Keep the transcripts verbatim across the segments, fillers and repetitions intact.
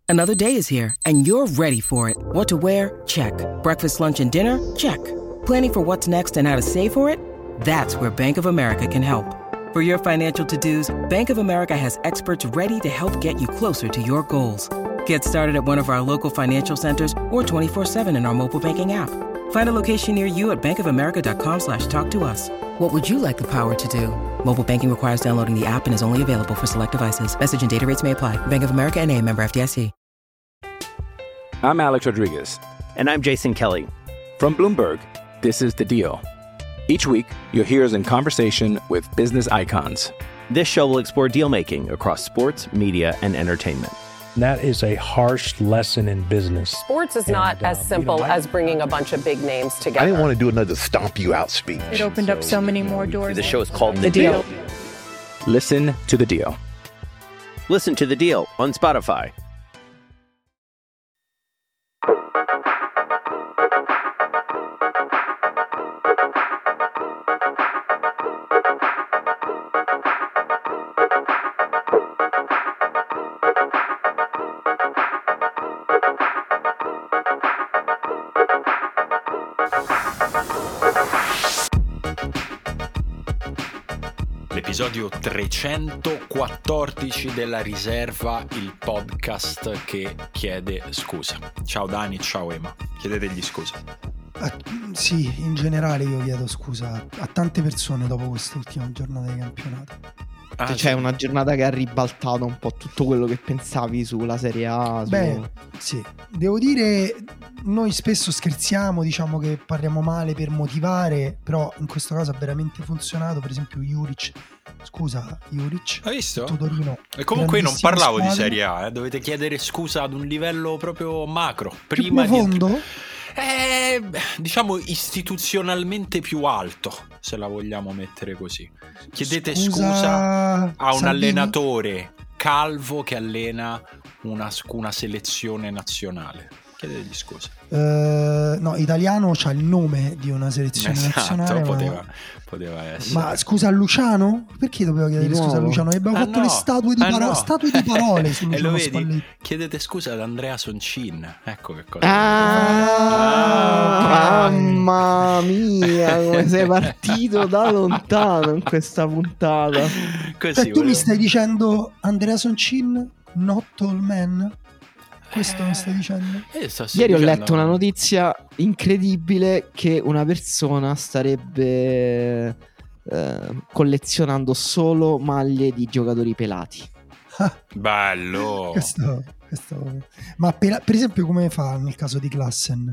Another day is here, and you're ready for it. What to wear? Check. Breakfast, lunch, and dinner? Check. Planning for what's next and how to save for it? That's where Bank of America can help. For your financial to-dos, Bank of America has experts ready to help get you closer to your goals. Get started at one of our local financial centers or twenty-four seven in our mobile banking app. Find a location near you at bankofamerica.com slash talk to us. What would you like the power to do? Mobile banking requires downloading the app and is only available for select devices. Message and data rates may apply. Bank of America N A, member F D I C. I'm Alex Rodriguez. And I'm Jason Kelly. From Bloomberg, this is The Deal. Each week, you'll hear us in conversation with business icons. This show will explore deal-making across sports, media, and entertainment. That is a harsh lesson in business. Sports is not and, as uh, simple you know, I, as bringing a bunch of big names together. I didn't want to do another stomp you out speech. It opened so, up so many more doors. The show is called The, the deal. deal. Listen to The Deal. Listen to The Deal on Spotify. L'episodio trecentoquattordici della Riserva, il podcast che chiede scusa. Ciao Dani, ciao Ema, chiedetegli scusa. Ah, sì, in generale io chiedo scusa a tante persone dopo quest'ultima giornata di campionato. Ah, cioè, c'è una giornata che ha ribaltato un po' tutto quello che pensavi sulla Serie A. Su... Beh, sì, devo dire, noi spesso scherziamo, diciamo che parliamo male per motivare, però in questo caso ha veramente funzionato. Per esempio Juric, scusa Juric, hai visto? Torino, e comunque io non parlavo squadra. Di Serie A, eh. Dovete chiedere scusa ad un livello proprio macro, prima più profondo? Di... Eh, diciamo istituzionalmente più alto, se la vogliamo mettere così. Chiedete scusa, scusa a un Salvini? Allenatore calvo che allena una, una selezione nazionale. Chiedetegli scusa. Uh, no, italiano c'ha il nome di una selezione esatto, nazionale. Poteva, ma... poteva essere. Ma scusa a Luciano? Perché dovevo chiedere scusa a Luciano? Abbiamo ah, fatto no. le statue di, ah, paro- no. statue di parole su E lo vedi? Spalletti. Chiedete scusa ad Andrea Soncin. Ecco che cosa. Ah, ah, mamma mia, come sei partito da lontano in questa puntata. Così, cioè, tu volevo... mi stai dicendo Andrea Soncin, not all men? Questo mi stai dicendo? Eh, sto Ieri dicendo... ho letto una notizia incredibile che una persona starebbe eh, collezionando solo maglie di giocatori pelati. Bello. questo, questo... Ma per, per esempio come fa nel caso di Klassen?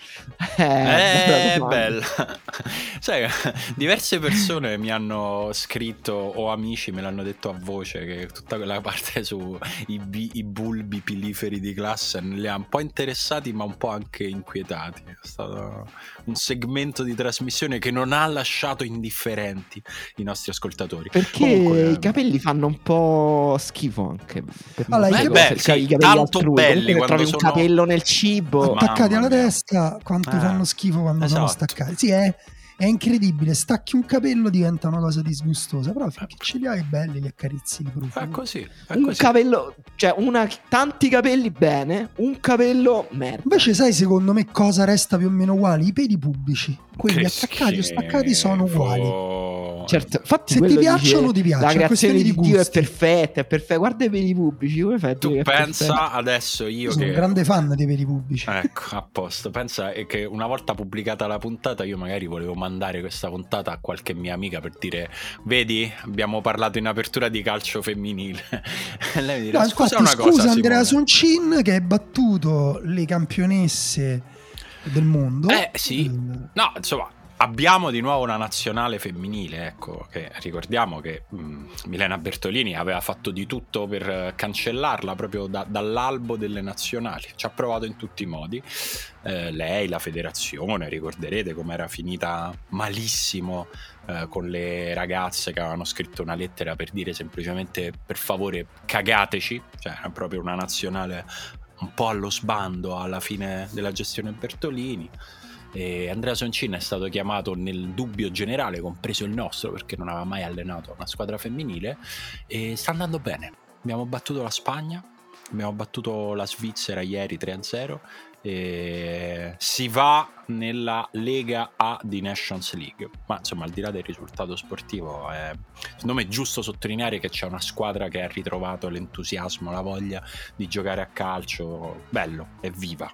Eh, è bella. Sai, diverse persone mi hanno scritto, o amici me l'hanno detto a voce, che tutta quella parte su i, bi, i bulbi piliferi di Klassen li ha un po' interessati ma un po' anche inquietati. È stato un segmento di trasmissione che non ha lasciato indifferenti i nostri ascoltatori. Perché comunque, i capelli fanno un po' schifo anche per allora, beh, beh, sì, tanto altrui. belli quando trovi sono... un capello nel cibo attaccati alla testa, quanto eh, fanno schifo quando esatto. sono staccati. Sì, è, è incredibile, stacchi un capello diventa una cosa disgustosa, però finché ce li hai belli li accarezzi di profumo. È così, è un così. capello, cioè una, tanti capelli bene, un capello merda. Invece sai secondo me cosa resta più o meno uguali? I peli pubblici, quelli che attaccati o schifo. staccati sono uguali. Certo, infatti se ti piacciono ti piacciono, la creazione di Dio è gusti. perfetta, è perfetta. Guarda i peli pubblici, come fai? Tu pensa adesso io, io sono che un grande fan dei peli pubblici. Ecco, a posto. Pensa che una volta pubblicata la puntata io magari volevo mandare questa puntata a qualche mia amica per dire: vedi, abbiamo parlato in apertura di calcio femminile. E lei mi dirà: no, scusa infatti, una cosa, scusa Andrea Simone. Soncin che hai battuto le campionesse del mondo. Eh sì, no, insomma, abbiamo di nuovo una nazionale femminile, ecco, che ricordiamo che mh, Milena Bertolini aveva fatto di tutto per cancellarla proprio da, dall'albo delle nazionali. Ci ha provato in tutti i modi, eh, lei, la federazione, ricorderete com'era finita malissimo eh, con le ragazze che avevano scritto una lettera per dire semplicemente: per favore cagateci, cioè era proprio una nazionale un po' allo sbando alla fine della gestione Bertolini. E Andrea Soncin è stato chiamato nel dubbio generale, compreso il nostro, perché non aveva mai allenato una squadra femminile, e sta andando bene. Abbiamo battuto la Spagna abbiamo battuto la Svizzera ieri tre a zero e si va nella Lega A di Nations League. Ma insomma, al di là del risultato sportivo, è, secondo me è giusto sottolineare che c'è una squadra che ha ritrovato l'entusiasmo, la voglia di giocare a calcio. Bello, è viva.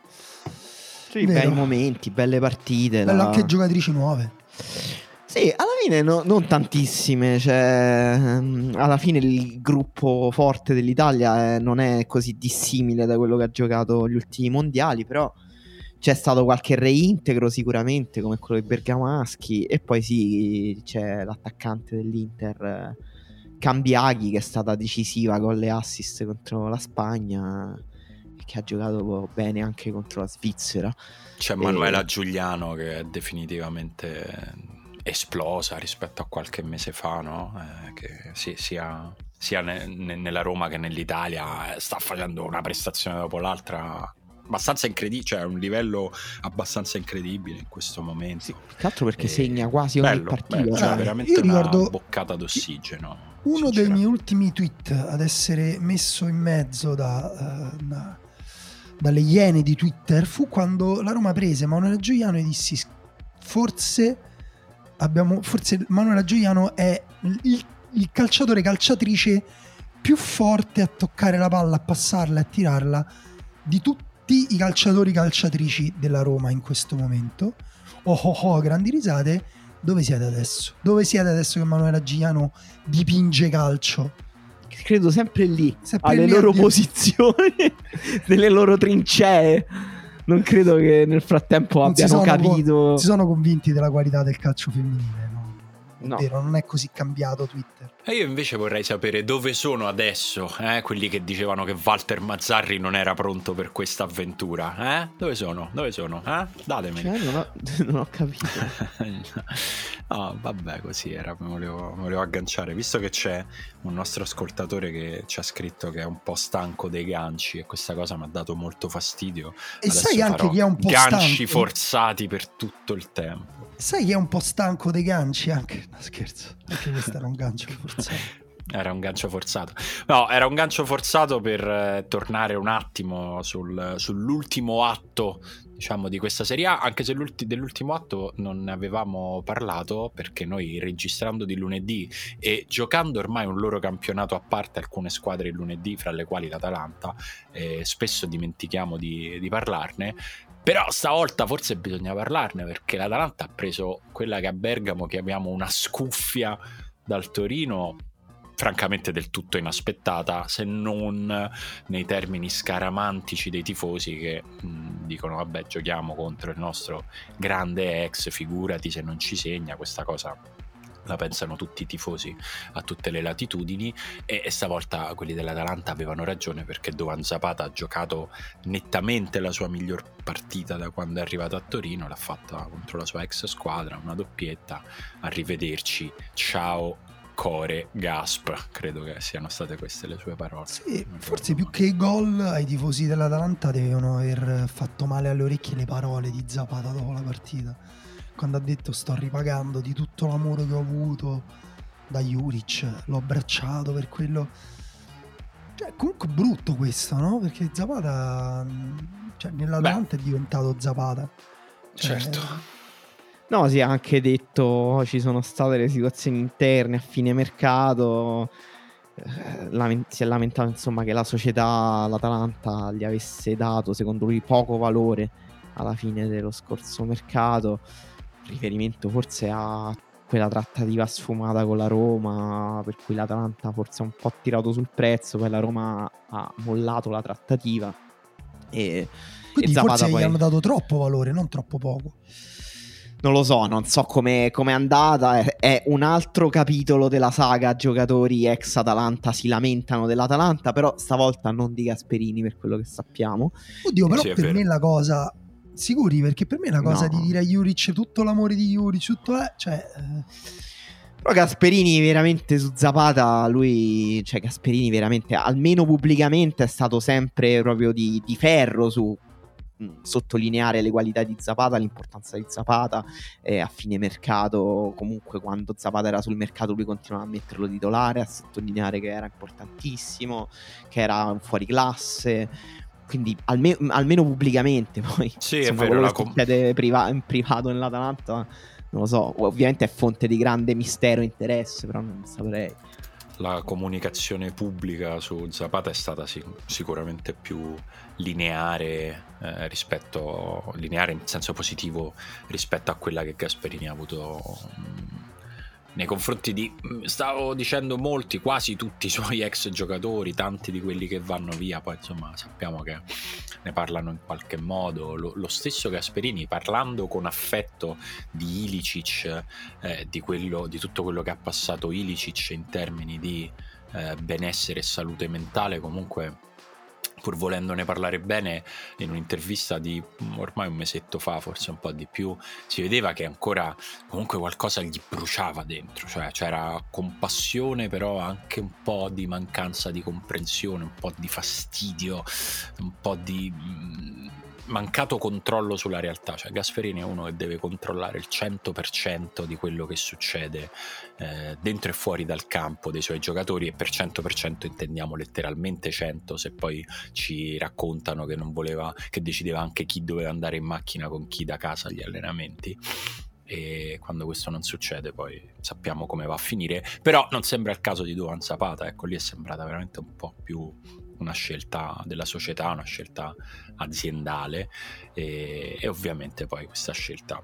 Sì, bei momenti, belle partite. Bello la... anche giocatrici nuove. Sì, alla fine no, non tantissime, cioè, alla fine il gruppo forte dell'Italia eh, non è così dissimile da quello che ha giocato gli ultimi mondiali, però c'è stato qualche reintegro sicuramente, come quello di Bergamaschi, e poi sì, c'è l'attaccante dell'Inter, eh, Cambiaghi, che è stata decisiva con le assist contro la Spagna, che ha giocato bene anche contro la Svizzera. C'è Manuela e... Giuliano, che è definitivamente esplosa rispetto a qualche mese fa, no? Eh, che sì, sia, sia ne, ne, nella Roma che nell'Italia sta facendo una prestazione dopo l'altra abbastanza incredibile, cioè a un livello abbastanza incredibile in questo momento. Sì, più che altro perché e... segna quasi ogni bello, partita. Bello, cioè ah, veramente io una ricordo boccata d'ossigeno. Uno dei miei ultimi tweet ad essere messo in mezzo da, uh, da dalle iene di Twitter fu quando la Roma prese Manuela Gioiano e dissi forse abbiamo forse Manuela Gioiano è il, il calciatore calciatrice più forte a toccare la palla, a passarla e a tirarla di tutti i calciatori calciatrici della Roma in questo momento. Oh oh oh, grandi risate. Dove siete adesso? Dove siete adesso che Manuela Gioiano dipinge calcio? Credo sempre lì, sempre alle lì loro a... posizioni, nelle loro trincee. Non credo che nel frattempo non abbiano si capito. Co- si sono convinti della qualità del calcio femminile, no? No. È vero, non è così cambiato Twitter. E io invece vorrei sapere dove sono adesso, eh? Quelli che dicevano che Walter Mazzarri non era pronto per questa avventura, eh? Dove sono? Dove sono? Eh? Datemeli. Cioè, non, ho, non ho capito. No, vabbè, così era, mi volevo, mi volevo agganciare, visto che c'è un nostro ascoltatore che ci ha scritto che è un po' stanco dei ganci e questa cosa mi ha dato molto fastidio. E adesso sai anche chi è un po' ganci stanco? forzati per tutto il tempo. Sai chi è un po' stanco dei ganci? Anche, no scherzo, anche questo era un gancio forzato. Era un gancio forzato. No, era un gancio forzato per eh, tornare un attimo sul, sull'ultimo atto, diciamo, di questa Serie A, anche se dell'ultimo atto non ne avevamo parlato, perché noi, registrando di lunedì e giocando ormai un loro campionato a parte alcune squadre il lunedì, fra le quali l'Atalanta, eh, spesso dimentichiamo di, di parlarne. Però stavolta forse bisogna parlarne, perché l'Atalanta ha preso quella che a Bergamo chiamiamo una scuffia dal Torino, francamente del tutto inaspettata, se non nei termini scaramantici dei tifosi che mh, dicono vabbè, giochiamo contro il nostro grande ex, figurati se non ci segna. Questa cosa la pensano tutti i tifosi a tutte le latitudini, e, e stavolta quelli dell'Atalanta avevano ragione, perché Duvan Zapata ha giocato nettamente la sua miglior partita da quando è arrivato a Torino, l'ha fatta contro la sua ex squadra, una doppietta. Arrivederci, ciao Core Gasp, credo che siano state queste le sue parole. Sì, forse più che i gol ai tifosi dell'Atalanta devono aver fatto male alle orecchie le parole di Zapata dopo la partita, quando ha detto sto ripagando di tutto l'amore che ho avuto da Juric, l'ho abbracciato per quello. Cioè, comunque brutto questo, no? Perché Zapata, cioè, nell'Atalanta Beh. è diventato Zapata, cioè, certo. No, si è anche detto oh, ci sono state le situazioni interne a fine mercato, eh, lament- si è lamentato insomma che la società, l'Atalanta, gli avesse dato secondo lui poco valore alla fine dello scorso mercato, riferimento forse a quella trattativa sfumata con la Roma, per cui l'Atalanta forse ha un po' tirato sul prezzo, poi la Roma ha mollato la trattativa e, quindi e Zapata forse poi... gli hanno dato troppo valore, non troppo poco. Non lo so, non so come è andata, è, è un altro capitolo della saga, giocatori ex Atalanta si lamentano dell'Atalanta, però stavolta non di Gasperini, per quello che sappiamo. Oddio, però sì, per me la cosa, sicuri, perché per me la cosa no. di dire a Juric tutto l'amore di Juric, tutto è, cioè... Eh... Però Gasperini veramente su Zapata, lui, cioè Gasperini veramente, almeno pubblicamente, è stato sempre proprio di, di ferro su mh, sottolineare le qualità di Zapata, l'importanza di Zapata, e a fine mercato, comunque quando Zapata era sul mercato lui continuava a metterlo titolare, a sottolineare che era importantissimo, che era un fuoriclasse, quindi alme- almeno pubblicamente. Poi sì, insomma, è vero, quello la che com- succede priva- in privato nell'Atalanta non lo so, ovviamente è fonte di grande mistero e interesse, però non saprei. La comunicazione pubblica su Zapata è stata sic- sicuramente più lineare eh, rispetto lineare in senso positivo rispetto a quella che Gasperini ha avuto mh, nei confronti di, stavo dicendo, molti, quasi tutti i suoi ex giocatori, tanti di quelli che vanno via, poi insomma sappiamo che ne parlano in qualche modo. Lo, lo stesso Gasperini, parlando con affetto di Ilicic, eh, di, quello, di tutto quello che ha passato Ilicic in termini di eh, benessere e salute mentale, comunque pur volendone parlare bene, in un'intervista di ormai un mesetto fa, forse un po' di più, si vedeva che ancora comunque qualcosa gli bruciava dentro, cioè c'era compassione, però anche un po' di mancanza di comprensione, un po' di fastidio, un po' di mh, mancato controllo sulla realtà. Cioè Gasperini è uno che deve controllare il cento per cento di quello che succede eh, dentro e fuori dal campo dei suoi giocatori, e per cento per cento intendiamo letteralmente cento, se poi ci raccontano che non voleva, che decideva anche chi doveva andare in macchina con chi da casa agli allenamenti. E quando questo non succede poi sappiamo come va a finire. Però non sembra il caso di Duvan Zapata, ecco, lì è sembrata veramente un po' più una scelta della società, una scelta aziendale, e, e ovviamente poi questa scelta,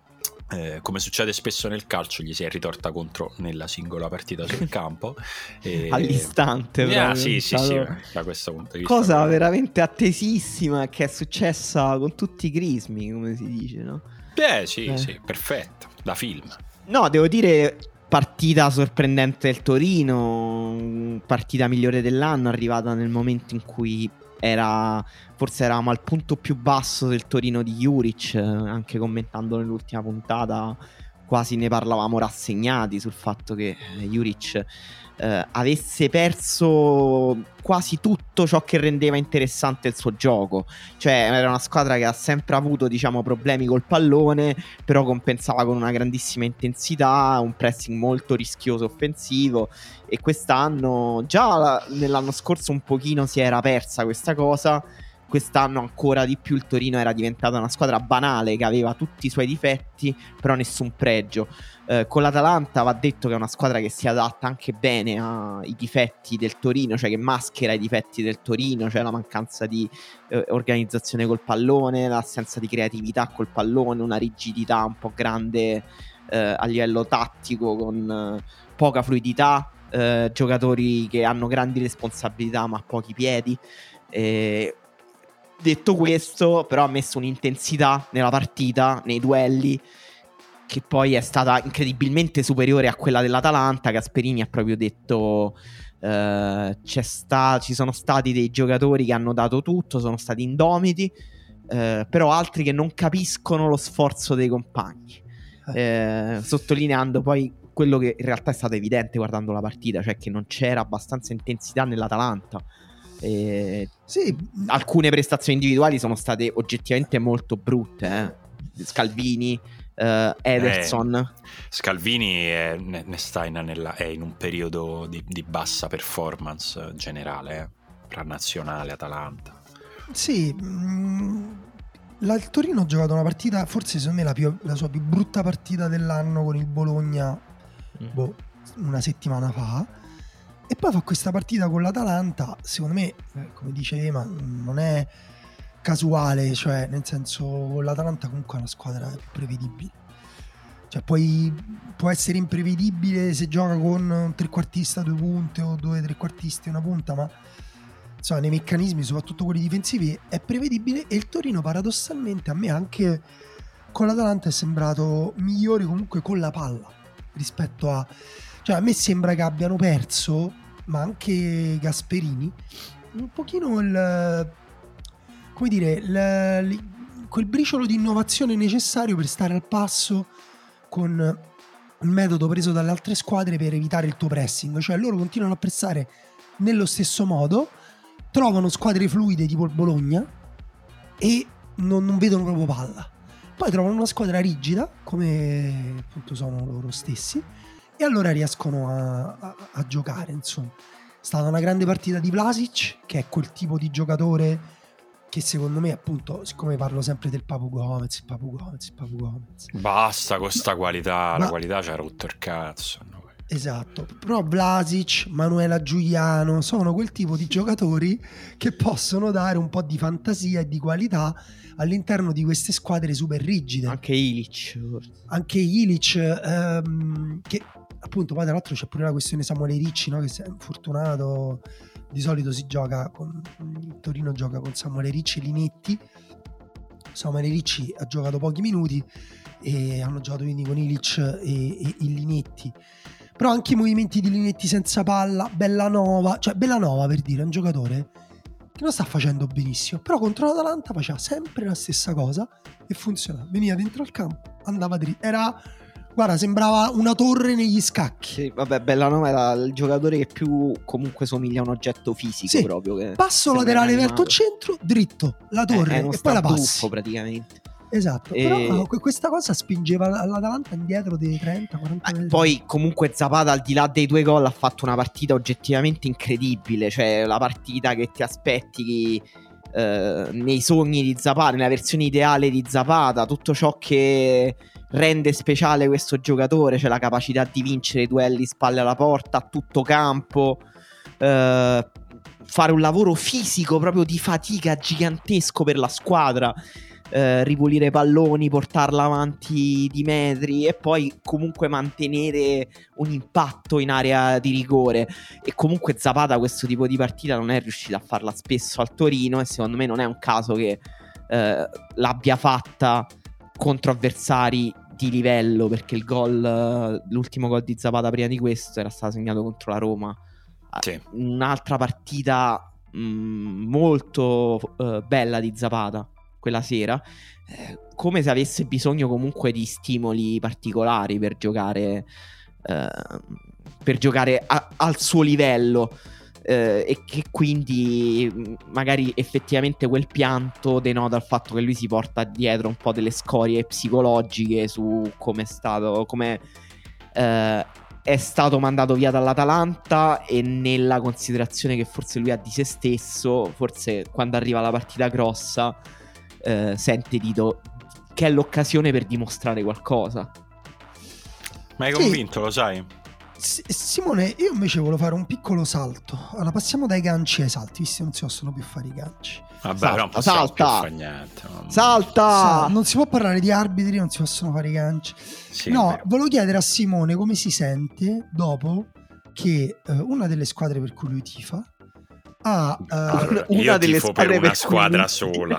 eh, come succede spesso nel calcio, gli si è ritorta contro nella singola partita sul campo e... all'istante yeah, sì, sì, sì, da questo punto di vista, cosa però... veramente attesissima, che è successa con tutti i crismi, come si dice, no? Eh sì, eh. sì, perfetto, da film. No, devo dire, partita sorprendente del Torino, partita migliore dell'anno, arrivata nel momento in cui era, forse eravamo al punto più basso del Torino di Juric, anche commentando nell'ultima puntata quasi ne parlavamo rassegnati sul fatto che Juric eh, avesse perso quasi tutto ciò che rendeva interessante il suo gioco. Cioè era una squadra che ha sempre avuto, diciamo, problemi col pallone, però compensava con una grandissima intensità, un pressing molto rischioso offensivo, e quest'anno, già nell'anno scorso un pochino si era persa questa cosa. Quest'anno ancora di più il Torino era diventata una squadra banale che aveva tutti i suoi difetti però nessun pregio. Eh, con l'Atalanta va detto che è una squadra che si adatta anche bene ai difetti del Torino, cioè che maschera i difetti del Torino, cioè la mancanza di eh, organizzazione col pallone, l'assenza di creatività col pallone, una rigidità un po' grande eh, a livello tattico, con eh, poca fluidità, eh, giocatori che hanno grandi responsabilità ma pochi piedi. Eh, Detto questo, però ha messo un'intensità nella partita, nei duelli, che poi è stata incredibilmente superiore a quella dell'Atalanta. Gasperini ha proprio detto eh, c'è sta, ci sono stati dei giocatori che hanno dato tutto, sono stati indomiti, eh, però altri che non capiscono lo sforzo dei compagni, eh, sottolineando poi quello che in realtà è stato evidente guardando la partita, cioè che non c'era abbastanza intensità nell'Atalanta. E sì, alcune prestazioni individuali sono state oggettivamente molto brutte, eh. Scalvini, uh, Ederson. eh, Scalvini è, ne, ne sta in, nella, è in un periodo di, di bassa performance generale, eh, tra nazionale, Atalanta. Sì, mh, la, il Torino ha giocato una partita, forse secondo me la, più, la sua più brutta partita dell'anno con il Bologna, mm. boh, una settimana fa. E poi fa questa partita con l'Atalanta, secondo me, eh, come dice Ema, non è casuale, cioè nel senso, con l'Atalanta comunque è una squadra più prevedibile. Cioè poi può essere imprevedibile se gioca con un trequartista due punte o due trequartisti una punta, ma insomma nei meccanismi, soprattutto quelli difensivi, è prevedibile. E il Torino paradossalmente a me anche con l'Atalanta è sembrato migliore comunque con la palla rispetto a... Cioè a me sembra che abbiano perso, ma anche Gasperini, un pochino il, come dire, il, il, quel briciolo di innovazione necessario per stare al passo con il metodo preso dalle altre squadre per evitare il tuo pressing. Cioè loro continuano a pressare nello stesso modo, trovano squadre fluide tipo il Bologna e non, non vedono proprio palla. Poi trovano una squadra rigida, come appunto sono loro stessi, e allora riescono a, a, a giocare, insomma. È stata una grande partita di Vlasic, che è quel tipo di giocatore che secondo me, appunto, siccome parlo sempre del Papu Gomez, il Papu Gomez, il Papu Gomez. Basta con sta qualità, Ma... la qualità ci ha rotto il cazzo. No? Esatto, però Vlasic, Manuela Giuliano sono quel tipo di giocatori che possono dare un po' di fantasia e di qualità all'interno di queste squadre super rigide. Anche Ilic. Anche Ilic, ehm, che appunto poi tra l'altro c'è pure la questione Samuele Ricci, no? Che si è infortunato. Di solito si gioca con il Torino gioca con Samuele Ricci e Linetti. Samuele Ricci ha giocato pochi minuti e hanno giocato quindi con Ilic e, e, e Linetti. Però anche i movimenti di Linetti senza palla, Bellanova, cioè Bellanova per dire, è un giocatore che non sta facendo benissimo, però contro l'Atalanta faceva sempre la stessa cosa e funzionava. Veniva dentro al campo, andava dritto, era, guarda, sembrava una torre negli scacchi. Sì, vabbè, Bellanova era il giocatore che più comunque somiglia a un oggetto fisico, sì, proprio. Che passo laterale verso il centro, dritto, la torre, è, è e poi la passi. Praticamente. Esatto, e... però questa cosa spingeva l'Atalanta indietro dei trenta quaranta metri. Poi comunque Zapata, al di là dei due gol, ha fatto una partita oggettivamente incredibile, cioè la partita che ti aspetti eh, nei sogni di Zapata, nella versione ideale di Zapata, tutto ciò che rende speciale questo giocatore, cioè la capacità di vincere duelli spalle alla porta a tutto campo, eh, fare un lavoro fisico proprio di fatica gigantesco per la squadra. Uh, ripulire palloni, portarla avanti di metri e poi comunque mantenere un impatto in area di rigore. E comunque Zapata questo tipo di partita non è riuscito a farla spesso al Torino, e secondo me non è un caso che uh, l'abbia fatta contro avversari di livello, perché il gol uh, l'ultimo gol di Zapata prima di questo era stato segnato contro la Roma. Sì. Un'altra partita mh, molto uh, bella di Zapata quella sera, eh, come se avesse bisogno comunque di stimoli particolari per giocare eh, per giocare a, al suo livello, eh, e che quindi magari effettivamente quel pianto denota il fatto che lui si porta dietro un po' delle scorie psicologiche su come è stato come eh, è stato mandato via dall'Atalanta, e nella considerazione che forse lui ha di se stesso, forse quando arriva la partita grossa Uh, sente di do- che è l'occasione per dimostrare qualcosa. Ma hai sì. convinto, lo sai? S- Simone, io invece volevo fare un piccolo salto. Allora passiamo dai ganci ai salti, visto che non si possono più fare i ganci. Vabbè, salta, non possiamo salta. più fare niente. Salta! Sa- non si può parlare di arbitri, non si possono fare i ganci. Sì, no, volevo chiedere a Simone come si sente dopo che uh, una delle squadre per cui lui tifa Ah, uh, una, una delle squadre per una per squadra cui... sola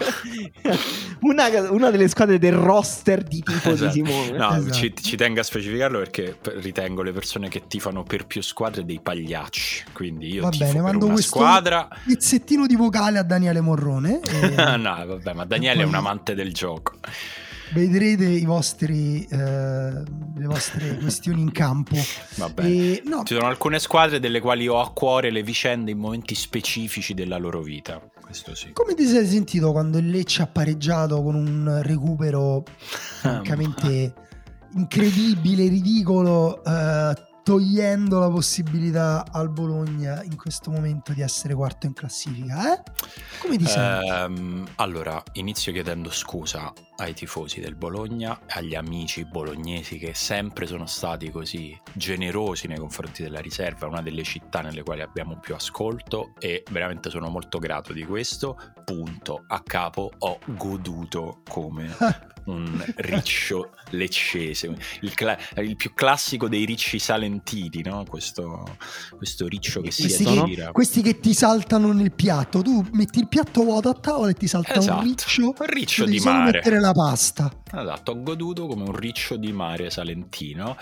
una, una delle squadre del roster di tifo esatto. di Simone. No, esatto. ci, ci tengo a specificarlo perché ritengo le persone che tifano per più squadre dei pagliacci. Quindi io va tifo bene, per mando una questo squadra. pezzettino di vocale a Daniele Morrone. E... no, vabbè, ma Daniele poi... è un amante del gioco. Vedrete i vostri eh, le vostre questioni in campo. Vabbè. E, no. Ci sono alcune squadre delle quali ho a cuore le vicende in momenti specifici della loro vita. Questo sì. Come ti sei sentito quando il Lecce ha pareggiato con un recupero francamente incredibile, ridicolo, eh, togliendo la possibilità al Bologna in questo momento di essere quarto in classifica, eh? Come ti senti? Um, allora, inizio chiedendo scusa ai tifosi del Bologna, agli amici bolognesi che sempre sono stati così generosi nei confronti della riserva, una delle città nelle quali abbiamo più ascolto, e veramente sono molto grato di questo. Punto a capo, ho goduto come un riccio leccese, il, cla- il più classico dei ricci salentini, no? Questo, questo riccio che si aggira. Questi che ti saltano nel piatto, tu metti il piatto vuoto a tavola e ti salta esatto. un riccio, un riccio di mare. Mettere la pasta. Esatto, ho goduto come un riccio di mare salentino,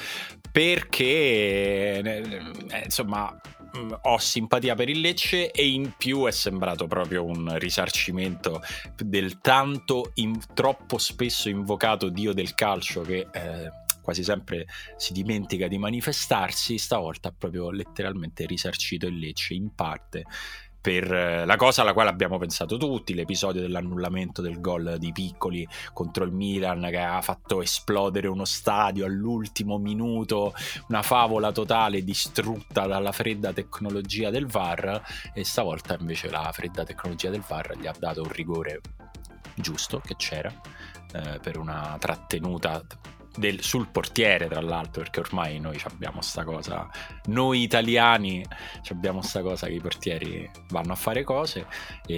perché eh, insomma ho simpatia per il Lecce, e in più è sembrato proprio un risarcimento del tanto in, troppo spesso invocato dio del calcio che eh, quasi sempre si dimentica di manifestarsi. Stavolta ha proprio letteralmente risarcito il Lecce in parte, per la cosa alla quale abbiamo pensato tutti, l'episodio dell'annullamento del gol di Piccoli contro il Milan che ha fatto esplodere uno stadio all'ultimo minuto, una favola totale distrutta dalla fredda tecnologia del V A R, e stavolta invece la fredda tecnologia del V A R gli ha dato un rigore giusto che c'era, eh, per una trattenuta del, sul portiere, tra l'altro, perché ormai noi abbiamo sta cosa, noi italiani abbiamo sta cosa che i portieri vanno a fare cose,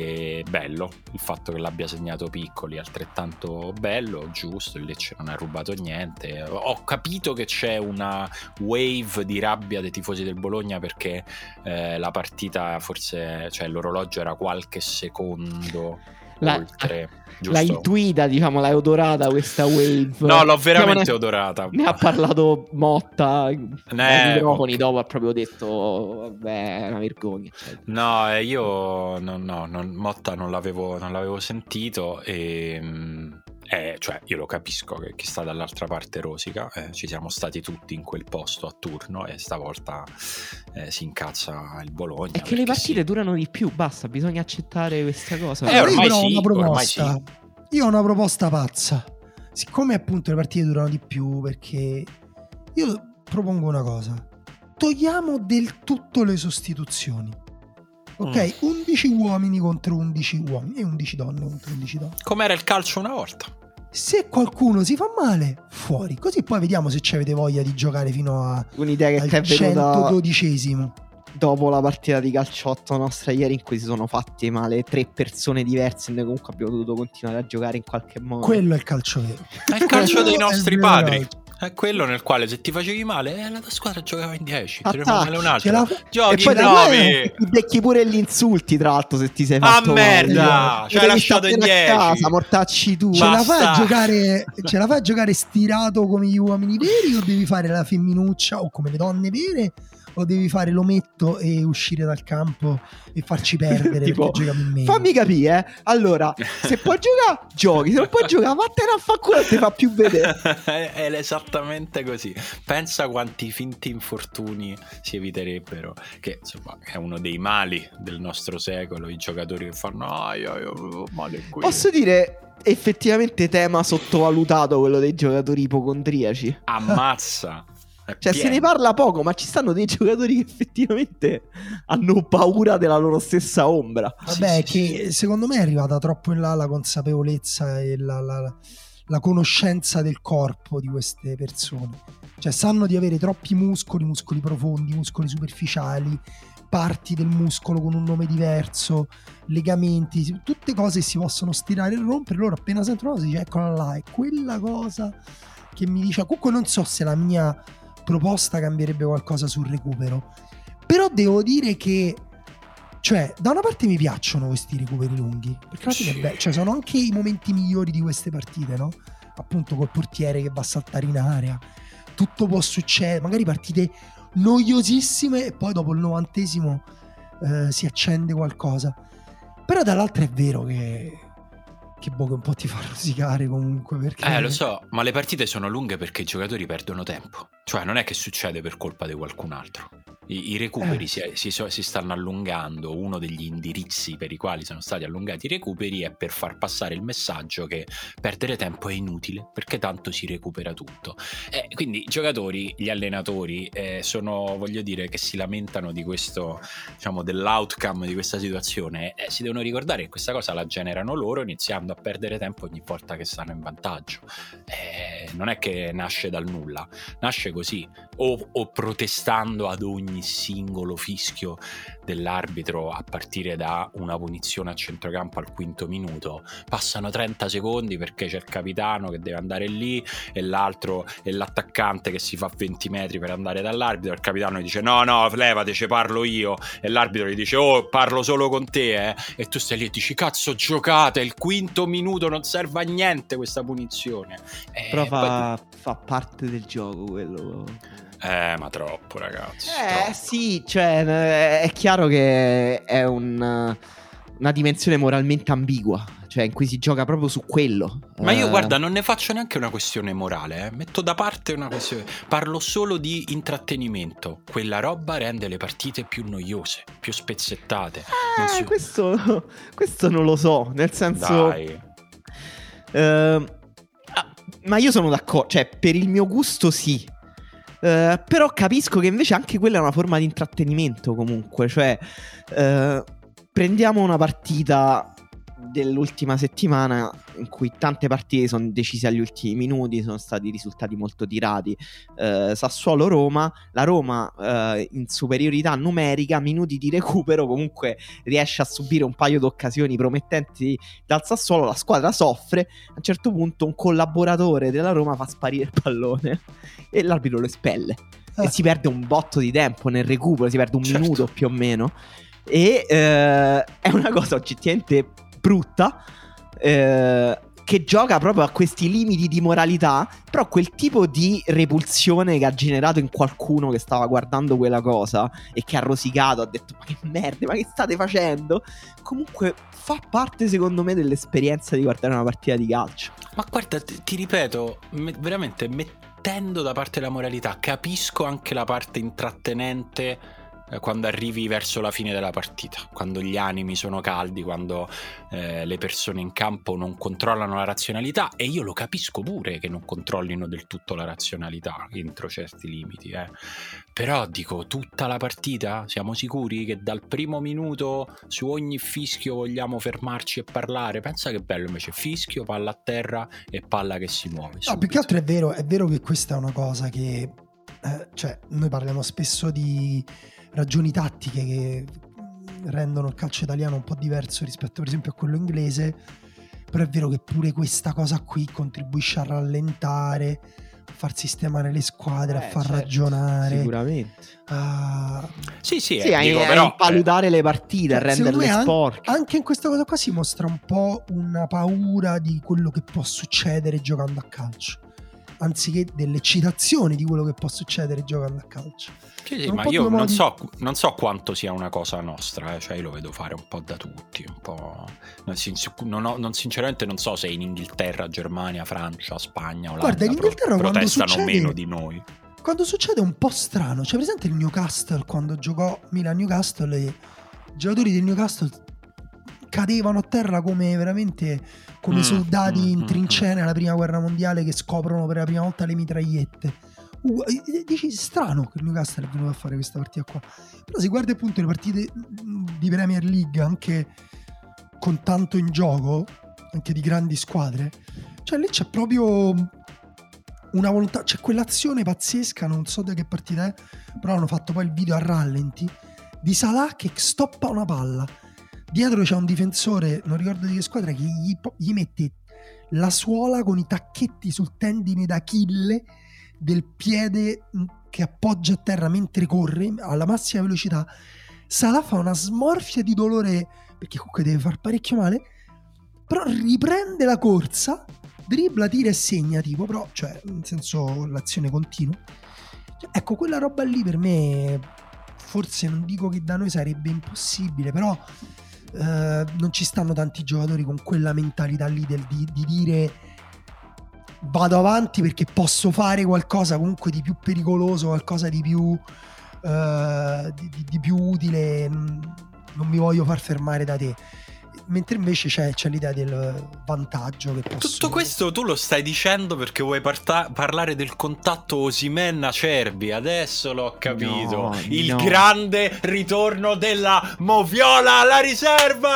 e bello il fatto che l'abbia segnato Piccoli, altrettanto bello, giusto, il Lecce non ha rubato niente. Ho capito che c'è una wave di rabbia dei tifosi del Bologna perché eh, la partita forse, cioè l'orologio era qualche secondo La, oltre, l'ha intuita, diciamo, l'hai odorata questa wave. No, l'ho veramente ne, odorata. Ne ha parlato Motta eh, ai microfoni, okay. Dopo ha proprio detto vabbè, è una vergogna. No, eh, io no, no, non, Motta non l'avevo, non l'avevo sentito e... Eh, cioè io lo capisco che chi sta dall'altra parte rosica, eh, ci siamo stati tutti in quel posto a turno e stavolta eh, si incazza il Bologna. È che le partite sì. durano di più, basta, bisogna accettare questa cosa. Eh, ormai io ho sì, una proposta, sì. Io ho una proposta pazza. Siccome appunto le partite durano di più, perché io propongo una cosa: togliamo del tutto le sostituzioni. Ok, mm. undici uomini contro undici uomini e undici donne contro undici donne. Come era il calcio una volta. Se qualcuno si fa male, fuori. Così poi vediamo se avete voglia di giocare fino a un'idea che al centododicesimo. Dopo la partita di calciotto nostra ieri, in cui si sono fatte male tre persone diverse e noi comunque abbiamo dovuto continuare a giocare in qualche modo. Quello è il calcio vero. È il calcio dei nostri padri. Calcio. È quello nel quale se ti facevi male, eh, la tua squadra giocava in dieci, ti male un altro. La... Giochi e poi in nove. Ti becchi pure gli insulti, tra l'altro, se ti sei fatto ah merda, ci hai lasciato in dieci. Casa, mortacci tu. Ce la fai a giocare, ce la fai a giocare stirato come gli uomini veri, o devi fare la femminuccia o come le donne vere? O devi fare l'ometto e uscire dal campo e farci perdere tipo, perché giochiamo in meno? Fammi capire, eh. Allora, se puoi giocare, giochi. Se non puoi giocare, vattene a fa culo, ti fa più vedere. È esattamente così. Pensa quanti finti infortuni si eviterebbero. Che insomma è uno dei mali del nostro secolo. I giocatori che fanno ah, io, io avevo male qui. Posso dire effettivamente tema sottovalutato quello dei giocatori ipocondriaci. Ammazza. Cioè pieno. Se ne parla poco, ma ci stanno dei giocatori che effettivamente hanno paura della loro stessa ombra. Vabbè, sì, che sì. Secondo me è arrivata troppo in là la consapevolezza e la, la, la conoscenza del corpo di queste persone. Cioè sanno di avere troppi muscoli, muscoli profondi, muscoli superficiali, parti del muscolo con un nome diverso, legamenti, tutte cose si possono stirare e rompere. Loro appena sentono cosa si dice eccola là, è quella cosa che mi dice. Comunque non so se la mia proposta cambierebbe qualcosa sul recupero, però devo dire che, cioè, da una parte mi piacciono questi recuperi lunghi, perché alla fine, beh, cioè, sono anche i momenti migliori di queste partite, no? Appunto col portiere che va a saltare in area, tutto può succedere, magari partite noiosissime e poi dopo il novantesimo eh, si accende qualcosa. Però dall'altra è vero che che boh, che un po' ti fa rosicare comunque, perché eh lo so, ma le partite sono lunghe perché i giocatori perdono tempo, cioè non è che succede per colpa di qualcun altro. I, i recuperi eh. si, si, si stanno allungando. Uno degli indirizzi per i quali sono stati allungati i recuperi è per far passare il messaggio che perdere tempo è inutile perché tanto si recupera tutto. E quindi i giocatori, gli allenatori eh, sono, voglio dire, che si lamentano di questo, diciamo, dell'outcome di questa situazione, eh, si devono ricordare che questa cosa la generano loro iniziando a perdere tempo ogni volta che stanno in vantaggio. Eh, non è che nasce dal nulla, nasce così, o, o protestando ad ogni singolo fischio dell'arbitro a partire da una punizione a centrocampo al quinto minuto. Passano trenta secondi perché c'è il capitano che deve andare lì e l'altro è l'attaccante che si fa venti metri per andare dall'arbitro. Il capitano gli dice no no levate, ci parlo io, e l'arbitro gli dice oh parlo solo con te, eh? E tu stai lì e dici cazzo giocate, il quinto minuto non serve a niente questa punizione, eh, però fa, poi... fa parte del gioco quello. Eh, ma troppo, ragazzi. Eh, troppo. Sì, cioè, è chiaro che è un, una dimensione moralmente ambigua. cioè in cui si gioca proprio su quello. Ma io uh... guarda, non ne faccio neanche una questione morale, eh. Metto da parte una questione, parlo solo di intrattenimento. Quella roba rende le partite più noiose, più spezzettate. Eh, non si... questo, questo non lo so, nel senso... Dai. Uh, ma io sono d'accordo, cioè per il mio gusto sì. Uh, però capisco che invece anche quella è una forma di intrattenimento comunque. Cioè uh, prendiamo una partita dell'ultima settimana in cui tante partite sono decise agli ultimi minuti, sono stati risultati molto tirati. uh, Sassuolo-Roma, la Roma uh, in superiorità numerica, minuti di recupero, comunque riesce a subire un paio di occasioni promettenti dal Sassuolo, la squadra soffre, a un certo punto un collaboratore della Roma fa sparire il pallone e l'arbitro lo espelle eh. e si perde un botto di tempo nel recupero, si perde un certo. minuto più o meno, e uh, è una cosa oggettivamente brutta, eh, che gioca proprio a questi limiti di moralità. Però quel tipo di repulsione che ha generato in qualcuno che stava guardando quella cosa e che ha rosicato, ha detto ma che merda, ma che state facendo, comunque fa parte secondo me dell'esperienza di guardare una partita di calcio. Ma guarda, ti, ti ripeto, me, veramente mettendo da parte la moralità, capisco anche la parte intrattenente quando arrivi verso la fine della partita, quando gli animi sono caldi, quando eh, le persone in campo non controllano la razionalità, e io lo capisco pure che non controllino del tutto la razionalità entro certi limiti, eh. Però dico, tutta la partita siamo sicuri che dal primo minuto su ogni fischio vogliamo fermarci e parlare? Pensa che bello invece, fischio, palla a terra e palla che si muove. No, più che altro è vero, è vero che questa è una cosa che eh, cioè noi parliamo spesso di ragioni tattiche che rendono il calcio italiano un po' diverso rispetto per esempio a quello inglese, però è vero che pure questa cosa qui contribuisce a rallentare, a far sistemare le squadre, eh, a far certo, ragionare sicuramente a... sì sì, sì eh, a, dico, a però impaludare eh. le partite, cioè, a renderle an- sporche. Anche in questa cosa qua si mostra un po' una paura di quello che può succedere giocando a calcio, anziché dell'eccitazione di quello che può succedere giocando a calcio. Sì, sì, ma io non so, non so quanto sia una cosa nostra, eh. Cioè io lo vedo fare un po' da tutti, un po'... non, non, ho, non sinceramente non so se in Inghilterra, Germania, Francia, Spagna, Olanda Guarda, in Inghilterra pro- protestano succede, meno di noi. Quando succede è un po' strano. C'è presente il Newcastle, quando giocò Milan-Newcastle, i giocatori del Newcastle cadevano a terra come veramente come mm, soldati mm, in trincea nella prima guerra mondiale che scoprono per la prima volta le mitragliette. Uh, dici strano che il Newcastle è venuto a fare questa partita qua, però se guardi appunto le partite di Premier League anche con tanto in gioco, anche di grandi squadre, cioè lì c'è proprio una volontà, c'è quell'azione pazzesca, non so da che partita è, però hanno fatto poi il video a rallenti di Salah che stoppa una palla, dietro c'è un difensore, non ricordo di che squadra, che gli, gli mette la suola con i tacchetti sul tendine d'Achille del piede che appoggia a terra mentre corre alla massima velocità. Salah fa una smorfia di dolore perché comunque deve far parecchio male, però riprende la corsa, dribbla, tira e segna, tipo, però, cioè, nel senso, l'azione continua. Cioè, ecco, quella roba lì per me, forse non dico che da noi sarebbe impossibile, però eh, non ci stanno tanti giocatori con quella mentalità lì del, di, di dire vado avanti perché posso fare qualcosa comunque di più pericoloso, qualcosa di più uh, di, di, di più utile, non mi voglio far fermare da te, mentre invece c'è, c'è l'idea del vantaggio che posso... Tutto questo tu lo stai dicendo perché vuoi parta- parlare del contatto Osimhen-Acerbi, adesso l'ho capito, no, il no. grande ritorno della Moviola alla riserva.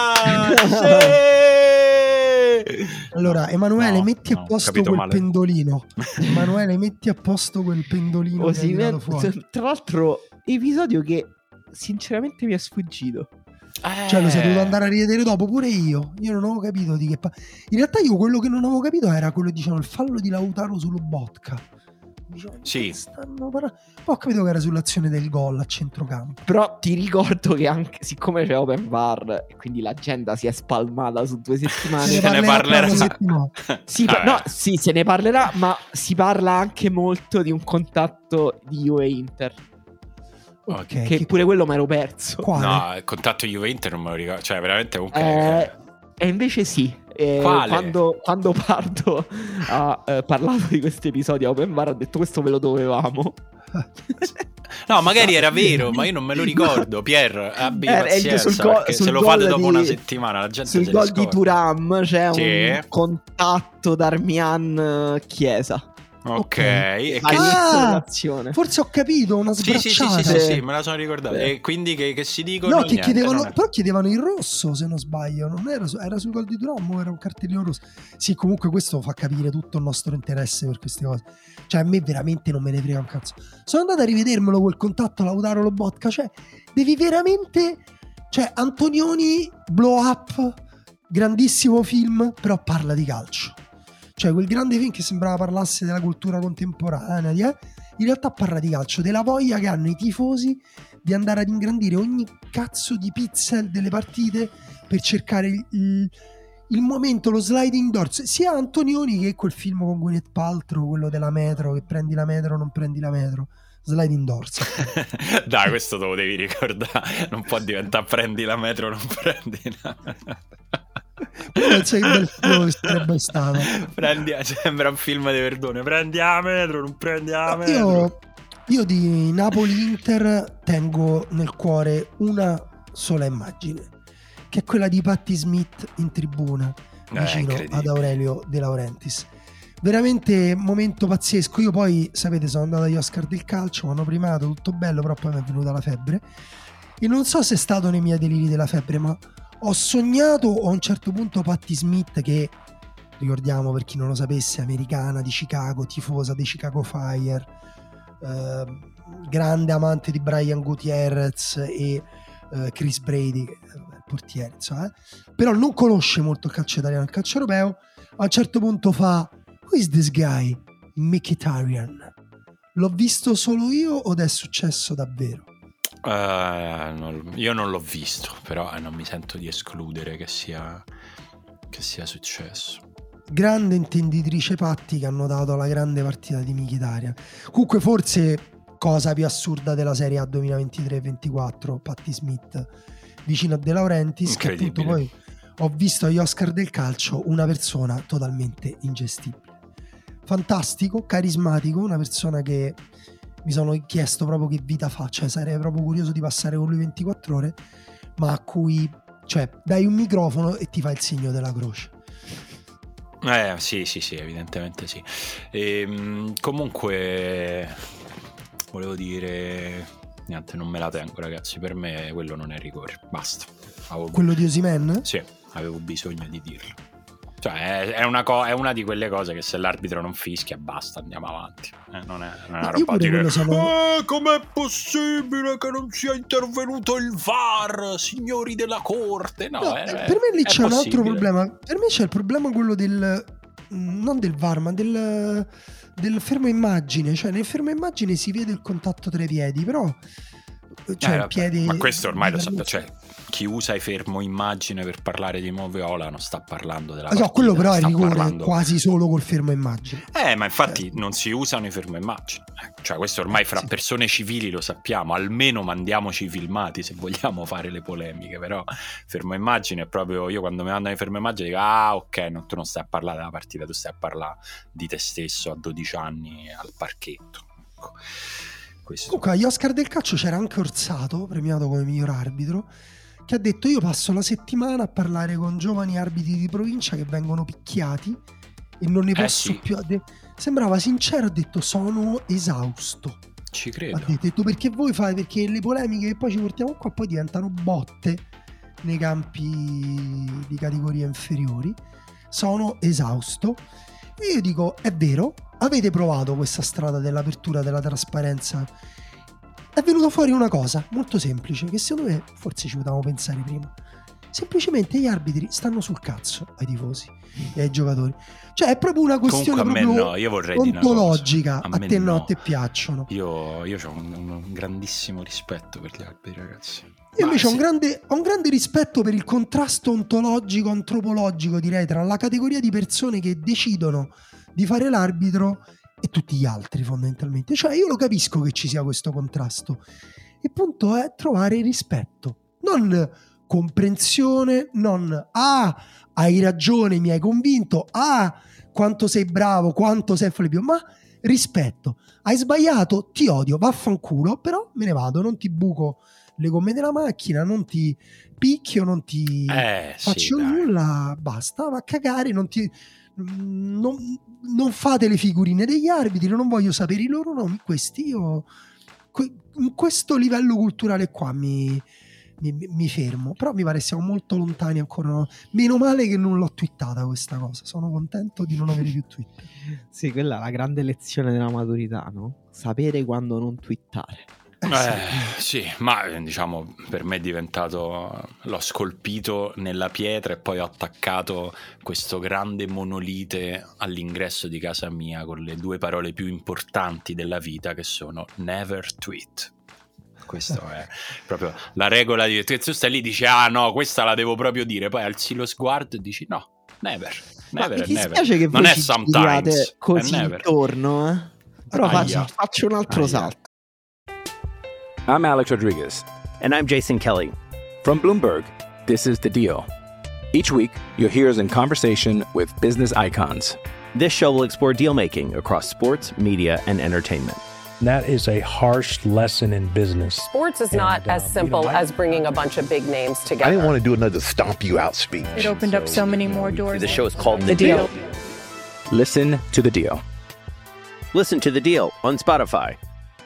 Sì! Allora Emanuele, no, metti no, a posto quel male. pendolino. Emanuele, metti a posto quel pendolino oh, che sì, hai tirato fuori. Tra l'altro episodio che sinceramente mi è sfuggito. Eh. Cioè lo sei dovuto andare a rivedere dopo, pure io. Io non avevo capito di che pa- in realtà io quello che non avevo capito era quello, diciamo, il fallo di Lautaro sullo Botka. Dicevo, sì. Stanno par- Poi ho capito che era sull'azione del gol a centrocampo. Però ti ricordo che anche siccome c'è Open Bar e quindi l'agenda si è spalmata su due settimane, se ne parlerà. Sì, pa- no, sì, se ne parlerà, ma si parla anche molto di un contatto di Juve Inter. Okay, che che... pure quello mi ero perso. Quale? No, il contatto Juve Inter non me lo ricordo. Cioè, veramente comunque. Eh, E invece sì. E quando, quando Pardo ha eh, parlato di questo episodio a Open Bar, ha detto questo ve lo dovevamo. No, magari era vero, ma io non me lo ricordo. Pier, abbi eh, pazienza, sul go- se lo fate dopo di, una settimana la gente sul se gol di Thuram c'è sì. un contatto Darmian Chiesa. Ok, e che ah, forse ho capito una sbracciata. Sì, sì, sì, sì, sì, sì, me la sono ricordata. E quindi che, che si dicono? No, che niente, chiedevano, è... però chiedevano il rosso, se non sbaglio. Non era, era sul gol di Thuram o era un cartellino rosso? Sì, comunque questo fa capire tutto il nostro interesse per queste cose. Cioè, a me veramente non me ne frega un cazzo. Sono andato a rivedermelo quel contatto Lautaro Lobotka. Cioè, devi veramente. Cioè, Antonioni, Blow Up, grandissimo film, però parla di calcio. Cioè quel grande film che sembrava parlasse della cultura contemporanea, di, eh? in realtà parla di calcio, della voglia che hanno i tifosi di andare ad ingrandire ogni cazzo di pixel delle partite per cercare il, il, il momento, lo sliding doors, sia Antonioni che quel film con Gwyneth Paltrow, quello della metro, che prendi la metro o non prendi la metro. Sliding doors. Dai, questo te lo devi ricordare, non può diventare prendi la metro o non prendi la metro. Non sai che bel film sarebbe stato. Prendi, sembra un film di Verdone. Prendi la metro, non prendi la metro. Io, io di Napoli-Inter tengo nel cuore una sola immagine, che è quella di Patti Smith in tribuna vicino eh, ad Aurelio De Laurentiis. Veramente momento pazzesco. Io poi, sapete, sono andato agli Oscar del calcio, mi hanno primato, tutto bello, però poi mi è venuta la febbre e non so se è stato nei miei deliri della febbre, ma ho sognato a un certo punto Patti Smith, che ricordiamo, per chi non lo sapesse, americana di Chicago, tifosa dei Chicago Fire, eh, grande amante di Brian Gutierrez e eh, Chris Brady, che è il portiere, insomma, eh. Però non conosce molto il calcio italiano, il calcio europeo. A un certo punto fa: who is this guy? Mkhitaryan. L'ho visto solo io o è successo davvero? Uh, non, io non l'ho visto, però eh, non mi sento di escludere che sia che sia successo. Grande intenditrice Patti, che hanno dato la grande partita di Mkhitaryan. Comunque forse cosa più assurda della Serie A duemilaventitré ventiquattro, Patti Smith vicino a De Laurentiis, che appunto poi ho visto agli Oscar del calcio una persona totalmente ingestibile. Fantastico, carismatico, una persona che mi sono chiesto proprio che vita fa, cioè sarei proprio curioso di passare con lui ventiquattro ore, ma a cui, cioè, dai un microfono e ti fa il segno della croce. Eh sì, sì, sì, evidentemente sì. E, comunque volevo dire, niente, non me la tengo, ragazzi, per me quello non è rigore, basta. Avevo... Quello di Osimhen? Sì, avevo bisogno di dirlo. Cioè è una, co- è una di quelle cose che se l'arbitro non fischia basta, andiamo avanti. Eh, non è, non è una roba di dire sono... eh, com'è possibile che non sia intervenuto il V A R, signori della corte? No, no è, per me lì c'è possibile. Un altro problema. Per me c'è il problema quello del, non del V A R, ma del, del fermo immagine. Cioè nel fermo immagine si vede il contatto tra i piedi, però cioè eh, piedi, ma questo ormai lo sappiamo, cioè chi usa i fermo immagine per parlare di Moviola non sta parlando della partita, no, quello però è rigore parlando... quasi solo col fermo immagine. Eh, ma infatti eh. non si usano i fermo immagine. Cioè questo ormai fra sì. persone civili lo sappiamo, almeno mandiamoci i filmati se vogliamo fare le polemiche, però fermo immagine è proprio, io quando mi mandano i fermo immagine dico ah ok, no, tu non stai a parlare della partita, tu stai a parlare di te stesso a dodici anni al parchetto. Ecco. Questo. Comunque agli Oscar del calcio c'era anche Orsato, premiato come miglior arbitro, che ha detto io passo la settimana a parlare con giovani arbitri di provincia che vengono picchiati e non ne posso eh sì. più. Sembrava sincero, ha detto sono esausto. Ci credo. Ha detto perché voi fate, perché le polemiche che poi ci portiamo qua poi diventano botte nei campi di categorie inferiori. Sono esausto. E io dico è vero, avete provato questa strada dell'apertura, della trasparenza. È venuta fuori una cosa molto semplice, che secondo me forse ci potevamo pensare prima. Semplicemente gli arbitri stanno sul cazzo ai tifosi e ai giocatori. Cioè è proprio una questione Comunque, proprio no, io vorrei ontologica. A, a te no, no, a te piacciono. Io, io ho un, un grandissimo rispetto per gli arbitri, ragazzi. Io invece ho, un grande, ho un grande rispetto per il contrasto ontologico, antropologico, direi, tra la categoria di persone che decidono di fare l'arbitro e tutti gli altri, fondamentalmente. Cioè io lo capisco che ci sia questo contrasto. Il punto è trovare rispetto, non comprensione, non ah, hai ragione, mi hai convinto, ah, quanto sei bravo, quanto sei flebio, ma rispetto. Hai sbagliato, ti odio, vaffanculo, però me ne vado, non ti buco le gomme della macchina, non ti picchio, non ti eh, faccio sì, nulla, basta, va a cagare, non ti non, non fate le figurine degli arbitri, non voglio sapere i loro nomi, questi io in questo livello culturale qua mi, mi, mi fermo, però mi pare siamo molto lontani ancora, no? Meno male che non l'ho twittata questa cosa, sono contento di non avere più Twitter. Sì, quella è la grande lezione della maturità, no? Sapere quando non twittare. Eh, sì, ma diciamo per me è diventato, l'ho scolpito nella pietra e poi ho attaccato questo grande monolite all'ingresso di casa mia con le due parole più importanti della vita, che sono never tweet. Questo è proprio la regola di tu stai lì, dici ah no, questa la devo proprio dire, poi alzi lo sguardo e dici no, never, never, ma mi never. dispiace che non voi è ci sometimes, così è never. intorno, eh? Però faccio, faccio un altro Aia. salto. I'm Alex Rodriguez. And I'm Jason Kelly. From Bloomberg, this is The Deal. Each week, you'll hear us in conversation with business icons. This show will explore deal making across sports, media, and entertainment. That is a harsh lesson in business. Sports is And, not uh, as simple you know, I- as bringing a bunch of big names I together. didn't want to do another stomp you out speech. It opened up so many more doors. The show is called The Deal. Listen to The Deal. Listen to The Deal on Spotify.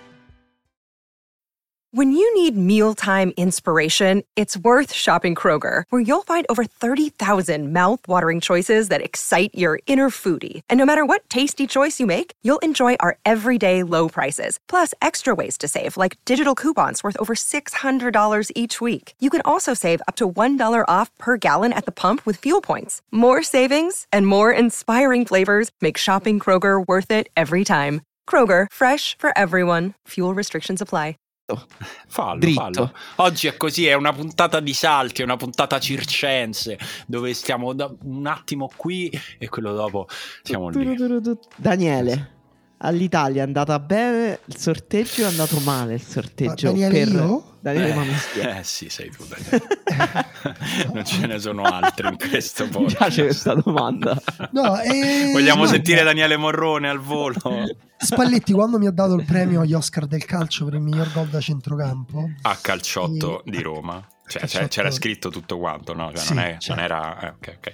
When you need mealtime inspiration, it's worth shopping Kroger, where you'll find over thirty thousand mouth-watering choices that excite your inner foodie. And no matter what tasty choice you make, you'll enjoy our everyday low prices, plus extra ways to save, like digital coupons worth over six hundred dollars each week. You can also save up to one dollar off per gallon at the pump with fuel points. More savings and more inspiring flavors make shopping Kroger worth it every time. Kroger, fresh for everyone. Fuel restrictions apply. Fallo, Dritto. fallo. Oggi è così, è una puntata di salti, è una puntata circense, dove stiamo da un attimo qui e quello dopo siamo lì. Daniele, all'Italia è andata bene il sorteggio, è andato male il sorteggio. Ma Daniele, per io? Daniele Eh, Manistia. eh sì, sei tu Daniele. Non ce ne sono altri in questo Mi podcast. piace questa domanda. No, eh, Vogliamo guarda, sentire Daniele Morrone al volo? Spalletti quando mi ha dato il premio agli Oscar del calcio per il miglior gol da centrocampo A calciotto e- di Roma. Cioè, Calciotto. c'era scritto tutto quanto, no? Cioè, Sì, non, è, certo. non era... Eh, ok, ok.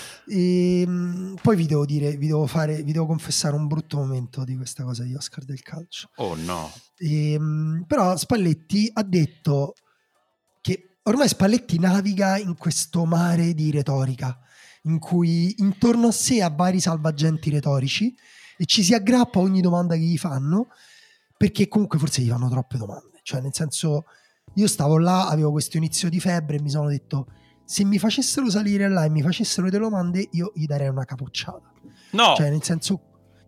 E, mh, poi vi devo dire, vi devo fare, vi devo confessare un brutto momento di questa cosa di Oscar del calcio. Oh no. E, mh, però Spalletti ha detto che ormai Spalletti naviga in questo mare di retorica in cui intorno a sé ha vari salvagenti retorici e ci si aggrappa a ogni domanda che gli fanno, perché comunque forse gli fanno troppe domande. Cioè, nel senso, io stavo là, avevo questo inizio di febbre e mi sono detto: se mi facessero salire là e mi facessero delle domande, io gli darei una capocciata. No! Cioè, nel senso,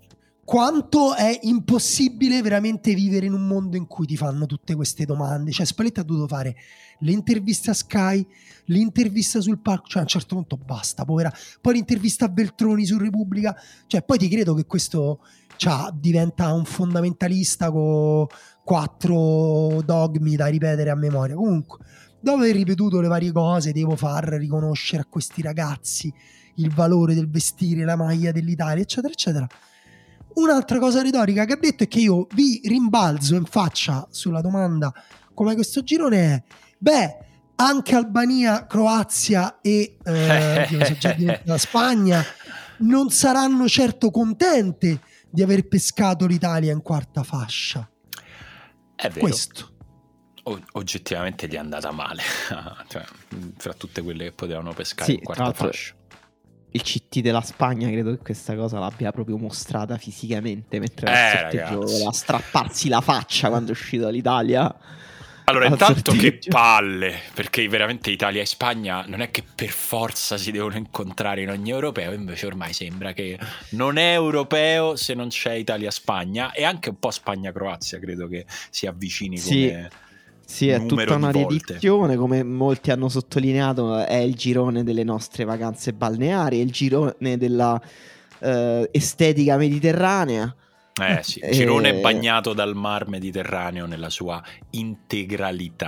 quanto è impossibile veramente vivere in un mondo in cui ti fanno tutte queste domande. Cioè, Spalletti ha dovuto fare le interviste a Sky, l'intervista sul palco, cioè a un certo punto basta, povera. Poi l'intervista a Veltroni su Repubblica, cioè poi ti credo che questo cioè, diventa un fondamentalista con quattro dogmi da ripetere a memoria. Comunque, dopo aver ripetuto le varie cose, devo far riconoscere a questi ragazzi il valore del vestire la maglia dell'Italia, eccetera, eccetera. Un'altra cosa retorica che ha detto è che io vi rimbalzo in faccia sulla domanda come questo girone è: beh, anche Albania, Croazia e eh, io so già dire, la Spagna non saranno certo contente di aver pescato l'Italia in quarta fascia. È vero. Questo. O- oggettivamente gli è andata male. Cioè, fra tutte quelle che potevano pescare Sì, in quarta tra l'altro- fascia. Il C T della Spagna credo che questa cosa l'abbia proprio mostrata fisicamente mentre Eh, al sorteggio ragazzi. voleva strapparsi la faccia quando è uscito dall'Italia. Allora, al intanto che sorteggio. palle, perché veramente Italia e Spagna non è che per forza si devono incontrare in ogni europeo, invece ormai sembra che non è europeo se non c'è Italia-Spagna, e anche un po' Spagna-Croazia credo che si avvicini Sì. come Sì, è numero tutta una di volte. riedizione, come molti hanno sottolineato, è il girone delle nostre vacanze balneari, è il girone della eh, estetica mediterranea. Eh sì, Eh, girone bagnato dal mar Mediterraneo nella sua integralità.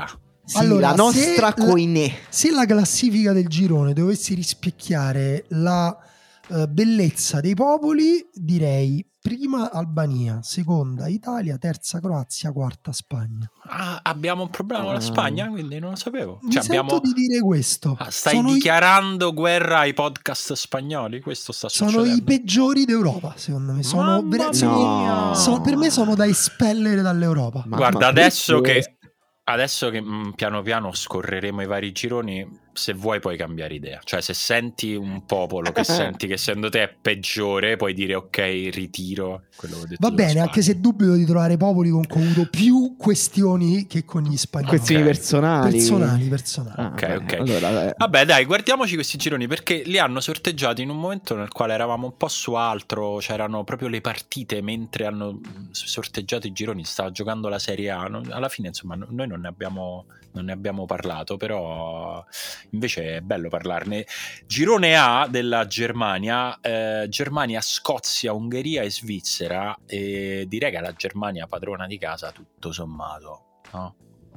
Sì, allora, la nostra se coinè. La, se la classifica del girone dovessi rispecchiare la uh, bellezza dei popoli, direi prima Albania, seconda Italia, terza Croazia, quarta Spagna. Ah, abbiamo un problema con la Spagna, quindi non lo sapevo. Mi Cioè, sento abbiamo... di dire questo. Ah, stai sono dichiarando i... guerra ai podcast spagnoli? Questo sta succedendo? Sono i peggiori d'Europa, secondo me. Sono, Mamma sono, mia. sono, per me sono da espellere dall'Europa. Ma- Guarda, ma adesso questo- che adesso che mh, piano piano scorreremo i vari gironi, se vuoi puoi cambiare idea. Cioè, se senti un popolo che senti che secondo te è peggiore, puoi dire ok, ritiro quello che ho detto. Va bene, Spagna. anche se dubito di trovare popoli con cui ho avuto più questioni che con gli spagnoli. Questioni Ok. personali. Personali, personali. Ah, Ok, beh, ok. allora, eh. Vabbè, dai, guardiamoci questi gironi perché li hanno sorteggiati in un momento nel quale eravamo un po' su altro. C'erano proprio le partite mentre hanno mh, sorteggiato i gironi. Stava giocando la Serie A. Non- alla fine, insomma, no- noi non ne abbiamo, non ne abbiamo parlato, però invece è bello parlarne. Girone A della Germania, eh, Germania, Scozia, Ungheria e Svizzera. E direi che la Germania padrona di casa, tutto sommato, no?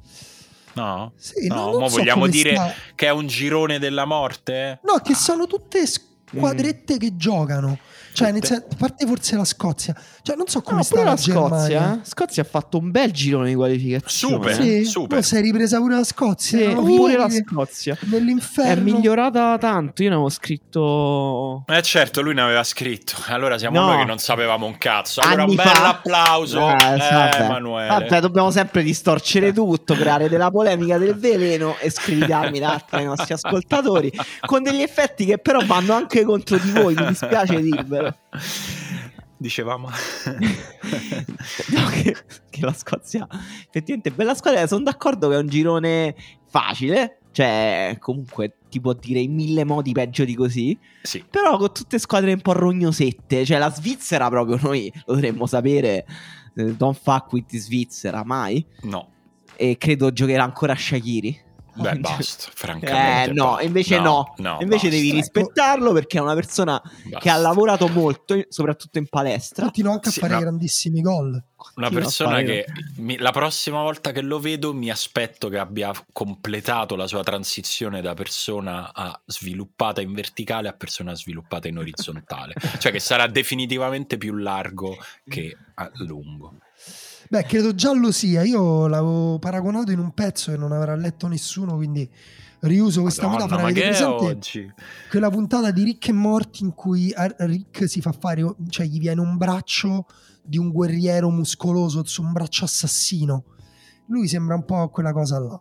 No? Sì, no, no, non mo so vogliamo come dire sta- che è un girone della morte? No, che sono tutte squadrette che giocano. Cioè, Tutte. nel sen- a parte forse la Scozia. Cioè, non so come No, sta pure la, la Scozia. Germania. eh. Scozia ha fatto un bel girone di qualificazione. Super. Sì, super. poi si è ripresa pure la Scozia. Sì, no? pure la Vivi Scozia. È Nell'inferno. migliorata tanto. Io ne avevo scritto. Eh certo, lui ne aveva scritto. Allora siamo No. noi che non sapevamo un cazzo. Allora Anni un bel fa. applauso, Eh, eh, vabbè. Emanuele. Vabbè, dobbiamo sempre distorcere tutto, creare della polemica, del veleno e scrivitarmi da altri ai nostri ascoltatori con degli effetti che però vanno anche contro di voi. Mi dispiace dirvelo. Dicevamo. No, che, che la Scozia effettivamente è bella squadra. Sono d'accordo che è un girone facile. Cioè, comunque ti può dire in mille modi peggio di così. Sì. Però con tutte squadre un po' rognosette. Cioè, la Svizzera proprio noi lo dovremmo sapere. eh, Don't fuck with Svizzera, mai. No. E credo giocherà ancora Shaqiri. Beh, basta, francamente. Eh, no, basta. invece no. no invece basta. devi rispettarlo perché è una persona Basta. che ha lavorato molto, soprattutto in palestra. Continua anche Sì, a fare no. grandissimi gol. Una Continua a persona fare- che mi- la prossima volta che lo vedo mi aspetto che abbia completato la sua transizione da persona a sviluppata in verticale a persona sviluppata in orizzontale, cioè che sarà definitivamente più largo che a lungo. Beh, credo già lo sia. Io l'avevo paragonato in un pezzo che non avrà letto nessuno, quindi riuso questa Madonna, metafora. ma Avete che è presente oggi? quella puntata di Rick e Morty in cui a Rick si fa fare, cioè gli viene un braccio di un guerriero muscoloso, su un braccio assassino. Lui sembra un po' quella cosa là,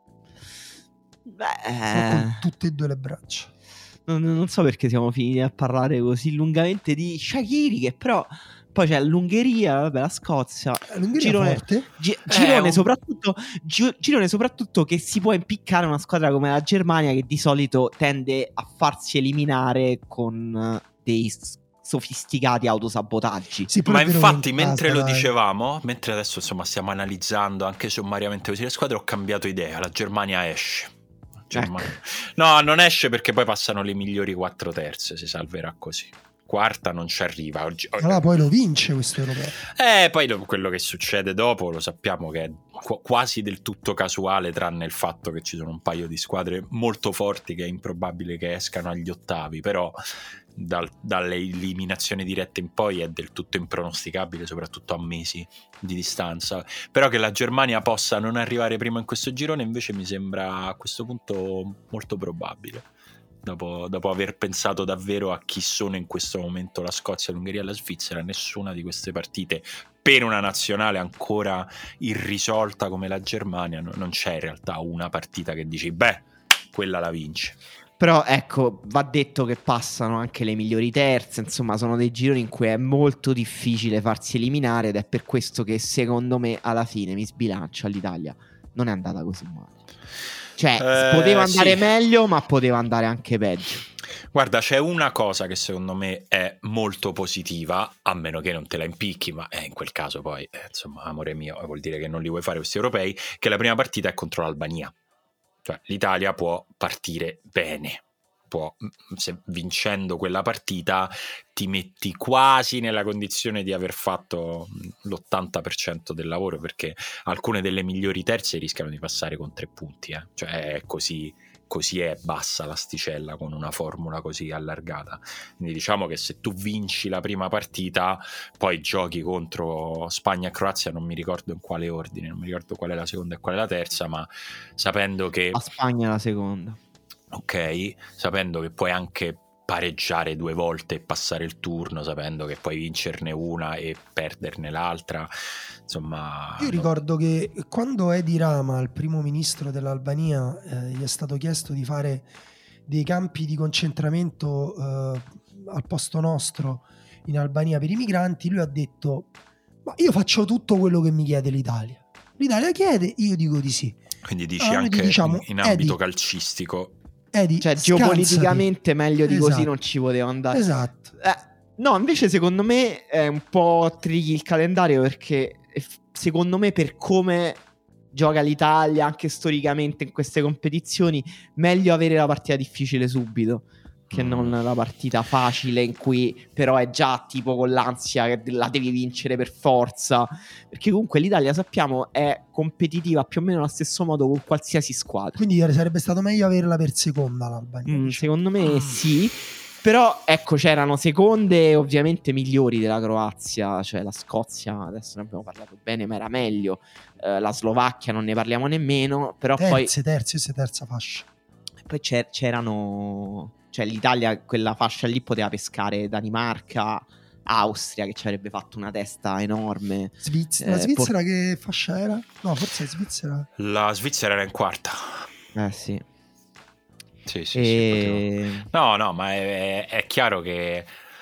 Beh, con tutte e due le braccia. non, non so perché siamo finiti a parlare così lungamente di Shaqiri, che però poi c'è l'Ungheria, vabbè, la Scozia. L'Ungheria Girone, forte? gi- girone, un- soprattutto, gi- girone soprattutto che si può impiccare una squadra come la Germania, che di solito tende a farsi eliminare con eh, dei s- sofisticati autosabotaggi. Sì, però Ma è vero infatti che in mentre casa, lo dai. dicevamo, mentre adesso insomma stiamo analizzando anche sommariamente così le squadre, ho cambiato idea, la Germania esce. La Germania- No, non esce perché poi passano le migliori quattro terze, si salverà così. Quarta non ci arriva oggi. Allora poi lo vince questo europeo. Eh, poi lo- quello che succede dopo lo sappiamo che è qu- quasi del tutto casuale, tranne il fatto che ci sono un paio di squadre molto forti che è improbabile che escano agli ottavi, però dal- dalle eliminazioni dirette in poi è del tutto impronosticabile, soprattutto a mesi di distanza. Però che la Germania possa non arrivare prima in questo girone invece mi sembra a questo punto molto probabile. Dopo, dopo aver pensato davvero a chi sono in questo momento la Scozia, l'Ungheria e la Svizzera, nessuna di queste partite per una nazionale ancora irrisolta come la Germania, no- non c'è in realtà una partita che dici beh, quella la vince. Però ecco, va detto che passano anche le migliori terze, insomma sono dei gironi in cui è molto difficile farsi eliminare, ed è per questo che secondo me alla fine mi sbilancio, all'Italia non è andata così male. Cioè, Eh, poteva andare sì. meglio, ma poteva andare anche peggio. Guarda, c'è una cosa che secondo me è molto positiva, a meno che non te la impicchi, ma eh, in quel caso poi, eh, insomma, amore mio, vuol dire che non li vuoi fare questi europei, che la prima partita è contro l'Albania. Cioè, l'Italia può partire bene, può, se vincendo quella partita ti metti quasi nella condizione di aver fatto l'ottanta per cento del lavoro, perché alcune delle migliori terze rischiano di passare con tre punti, eh. Cioè è così, così è bassa l'asticella con una formula così allargata. Quindi diciamo che se tu vinci la prima partita, poi giochi contro Spagna e Croazia, non mi ricordo in quale ordine, non mi ricordo qual è la seconda e qual è la terza, ma sapendo che a Spagna è la seconda, ok, sapendo che puoi anche pareggiare due volte e passare il turno, sapendo che puoi vincerne una e perderne l'altra, insomma. Io ricordo che quando Edi Rama, il primo ministro dell'Albania, eh, gli è stato chiesto di fare dei campi di concentramento eh, al posto nostro in Albania per i migranti, lui ha detto: ma io faccio tutto quello che mi chiede l'Italia, l'Italia chiede, io dico di sì. Quindi dici allora anche diciamo, in, in ambito Eddie, calcistico, Eddie, cioè scansati. Geopoliticamente meglio di Esatto. così non ci poteva andare. Esatto. Eh, no, invece secondo me è un po' tricky il calendario, perché secondo me, per come gioca l'Italia anche storicamente in queste competizioni, meglio avere la partita difficile subito che mm. non la partita facile in cui però è già tipo con l'ansia che la devi vincere per forza, perché comunque l'Italia, sappiamo, è competitiva più o meno allo stesso modo con qualsiasi squadra. Quindi sarebbe stato meglio averla per seconda l'Albania. Mm, secondo me sì. Però ecco, c'erano seconde ovviamente migliori della Croazia, cioè la Scozia, adesso ne abbiamo parlato bene, ma era meglio. Eh, la Slovacchia non ne parliamo nemmeno, però terze, poi terze, terze, terza fascia. Poi c'er- c'erano, cioè l'Italia quella fascia lì poteva pescare Danimarca, Austria, che ci avrebbe fatto una testa enorme. Svizzera, Eh, la Svizzera por- che fascia era? No, forse la Svizzera. la Svizzera era in quarta. Eh sì. Sì, sì, E- sì, no, no, ma è, è chiaro che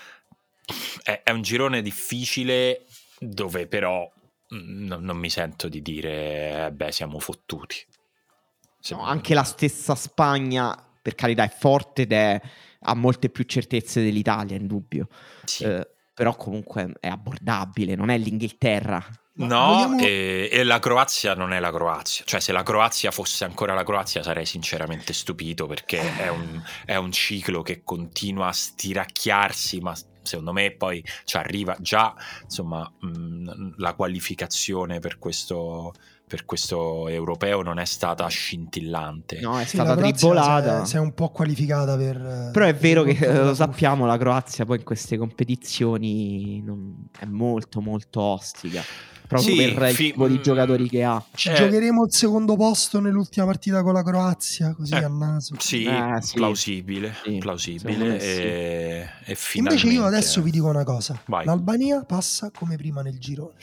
è, è un girone difficile, dove però non, non mi sento di dire eh, beh, siamo fottuti. No, anche la stessa Spagna, per carità, è forte ed è, ha molte più certezze dell'Italia, in dubbio. Sì. Eh, però comunque è abbordabile, non è l'Inghilterra. No, vogliamo- e, e la Croazia non è la Croazia. Cioè, se la Croazia fosse ancora la Croazia, sarei sinceramente stupito, perché è un, è un ciclo che continua a stiracchiarsi, ma secondo me poi ci arriva già, insomma, mh, la qualificazione per questo, per questo europeo non è stata scintillante. No, è Sì, stata la Croazia tribolata. Si è, si è un po' qualificata per... Però è vero che, per eh, lo la- sappiamo, la Croazia poi in queste competizioni non- è molto molto ostica, proprio Sì, per il fi- tipo di giocatori che ha. Ci Eh. giocheremo il secondo posto nell'ultima partita con la Croazia, così Eh, a naso. Sì, Eh, sì. plausibile, Sì, plausibile. secondo me sì. E, e finalmente... Invece io adesso vi dico una cosa. Vai. L'Albania passa come prima nel girone.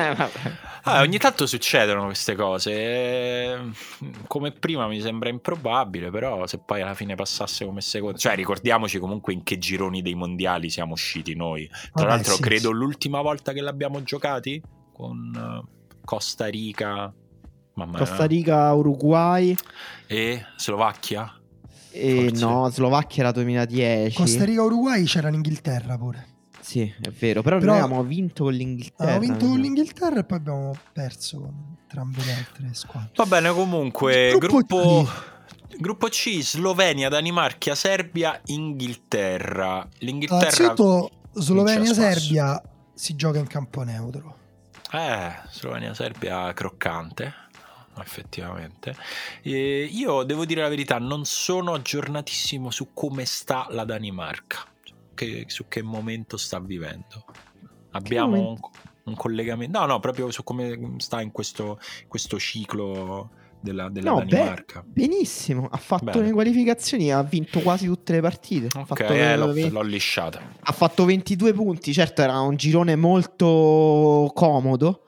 Ah, ogni tanto succedono queste cose. Eh, Come prima mi sembra improbabile, però se poi alla fine passasse come secondo, cioè ricordiamoci comunque in che gironi dei mondiali siamo usciti noi. Tra Vabbè, l'altro sì, credo sì. l'ultima volta che l'abbiamo giocati con eh, Costa Rica, mamma Costa Rica, Uruguay e Slovacchia. e Forse. no, Slovacchia era duemiladieci. Costa Rica-Uruguay c'era l'Inghilterra pure. Sì, è vero, però, Però- noi avevamo vinto con l'Inghilterra. Abbiamo vinto mi con sa. l'Inghilterra e poi abbiamo perso con entrambe le altre squadre. Va bene, comunque Il gruppo gruppo C. gruppo C, Slovenia, Danimarca, Serbia, Inghilterra. L'Inghilterra Innanzitutto non c'è Slovenia-Serbia si gioca in campo neutro. Eh, Slovenia-Serbia croccante, effettivamente. E io devo dire la verità, non sono aggiornatissimo su come sta la Danimarca, che, su che momento sta vivendo. Abbiamo un, un collegamento, no, no, proprio su come sta in questo, questo ciclo della, della No, Danimarca. beh, benissimo. Ha fatto Bene. le qualificazioni, ha vinto quasi tutte le partite. Ha Ok, fatto, eh, l'ho, ve- l'ho lisciata. ha fatto ventidue punti. Certo, era un girone molto comodo,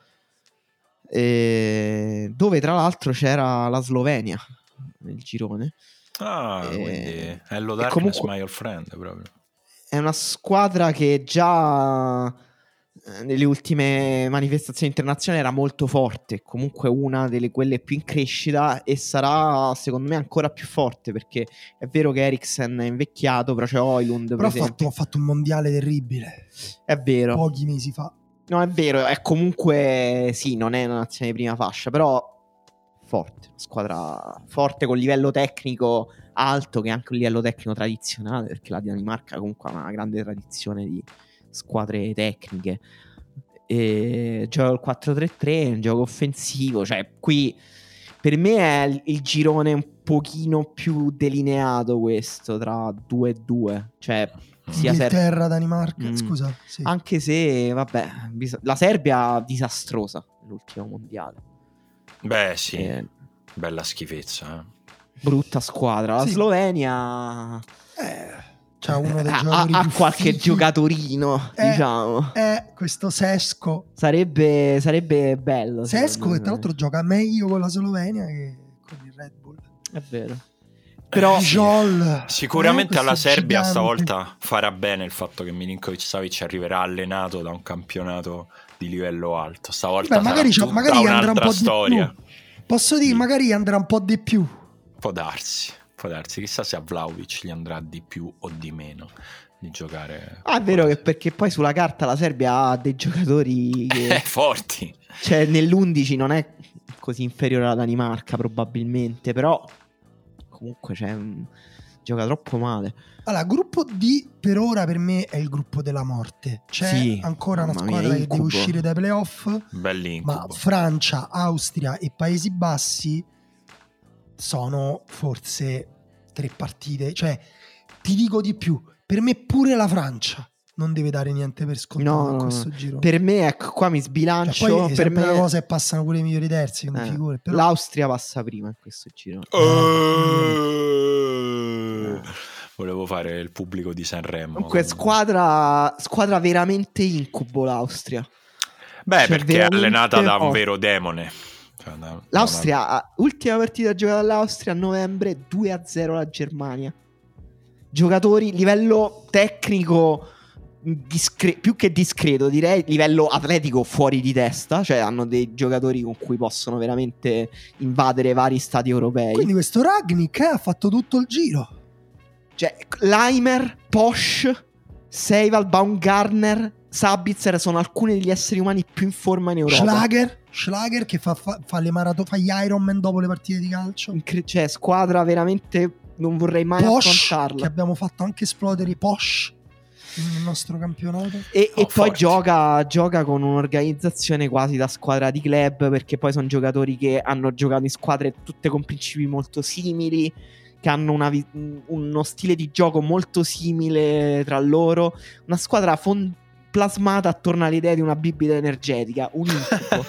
eh, dove tra l'altro c'era la Slovenia nel girone. Ah, Eh, quindi Hello e Darkness, comunque- my old friend, proprio. È una squadra che già eh, nelle ultime manifestazioni internazionali era molto forte, comunque una delle quelle più in crescita, e sarà secondo me ancora più forte, perché è vero che Eriksen è invecchiato, però c'è Højlund per Però ha esempio. fatto, ha fatto un mondiale terribile È vero. pochi mesi fa. No, è vero, è comunque sì, non è una nazione di prima fascia, però forte, squadra forte con livello tecnico alto, che è anche un livello tecnico tradizionale, perché la Danimarca comunque ha una grande tradizione di squadre tecniche. E gioca il quattro tre tre, un gioco offensivo, cioè qui per me è il, il girone un pochino più delineato questo tra due e due, cioè sia Inghilterra, Ser- Danimarca, mm. scusa, sì. Anche se vabbè, bis- la Serbia disastrosa l'ultimo mondiale. Beh sì, eh, bella schifezza, eh. Brutta squadra. La Sì. Slovenia Eh, c'ha uno dei ha, giocatori ha più qualche fichi. giocatorino, Eh, diciamo. Eh, questo Sesko. Sarebbe, sarebbe bello. Sesko secondo che me. tra l'altro gioca meglio con la Slovenia che con il Red Bull. È vero. Però Jol, Sicuramente eh, alla questo Serbia gigante. stavolta farà bene il fatto che Milinkovic-Savic arriverà allenato da un campionato di livello alto. Stavolta Beh, magari, sarà c'ha- magari tutta andrà un un'altra po' storia. di più. Posso dire, Sì. magari andrà un po' di più. Può darsi, può darsi. Chissà se a Vlahovic gli andrà di più o di meno di giocare. ah, è vero che perché poi sulla carta la Serbia ha dei giocatori che, Eh, forti. cioè nell'undici non è così inferiore alla Danimarca probabilmente, però comunque cioè, mh, gioca troppo male. Allora, gruppo D per ora per me è il gruppo della morte. C'è Sì, ancora una mamma mia, squadra che deve incubo. uscire dai playoff, Bell'incubo. ma Francia, Austria e Paesi Bassi sono forse tre partite. Cioè, ti dico di più, per me pure la Francia non deve dare niente per scontato No, in questo giro. per me ecco qua mi sbilancio, Cioè, poi per sempre me una cosa è passano pure i migliori terzi, quindi eh, figure, però l'Austria passa prima in questo giro. Eh, volevo fare il pubblico di Sanremo. Comunque squadra squadra veramente incubo l'Austria. Beh, cioè, perché è veramente allenata da un forte. vero demone. Cioè, da- da L'Austria, una- ultima partita giocata dall'Austria a novembre, due a zero la Germania. Giocatori, livello tecnico discre- più che discreto, direi livello atletico fuori di testa, cioè hanno dei giocatori con cui possono veramente invadere vari stati europei. quindi questo Ragnik eh, ha fatto tutto il giro. Cioè Leimer, Posch, Seival, Baumgartner, Sabitzer sono alcuni degli esseri umani più in forma in Europa. Schlager, Schlager che fa, fa, fa le maratone, fa gli Ironman dopo le partite di calcio. Incre- cioè squadra veramente non vorrei mai Posch, affrontarla. che abbiamo fatto anche esplodere Posch nel nostro campionato. E, Oh, e poi forti. gioca, gioca con un'organizzazione quasi da squadra di club, perché poi sono giocatori che hanno giocato in squadre tutte con principi molto simili, che hanno una vi- uno stile di gioco molto simile tra loro. Una squadra fon- plasmata attorno all'idea di una bibita energetica, un incubo.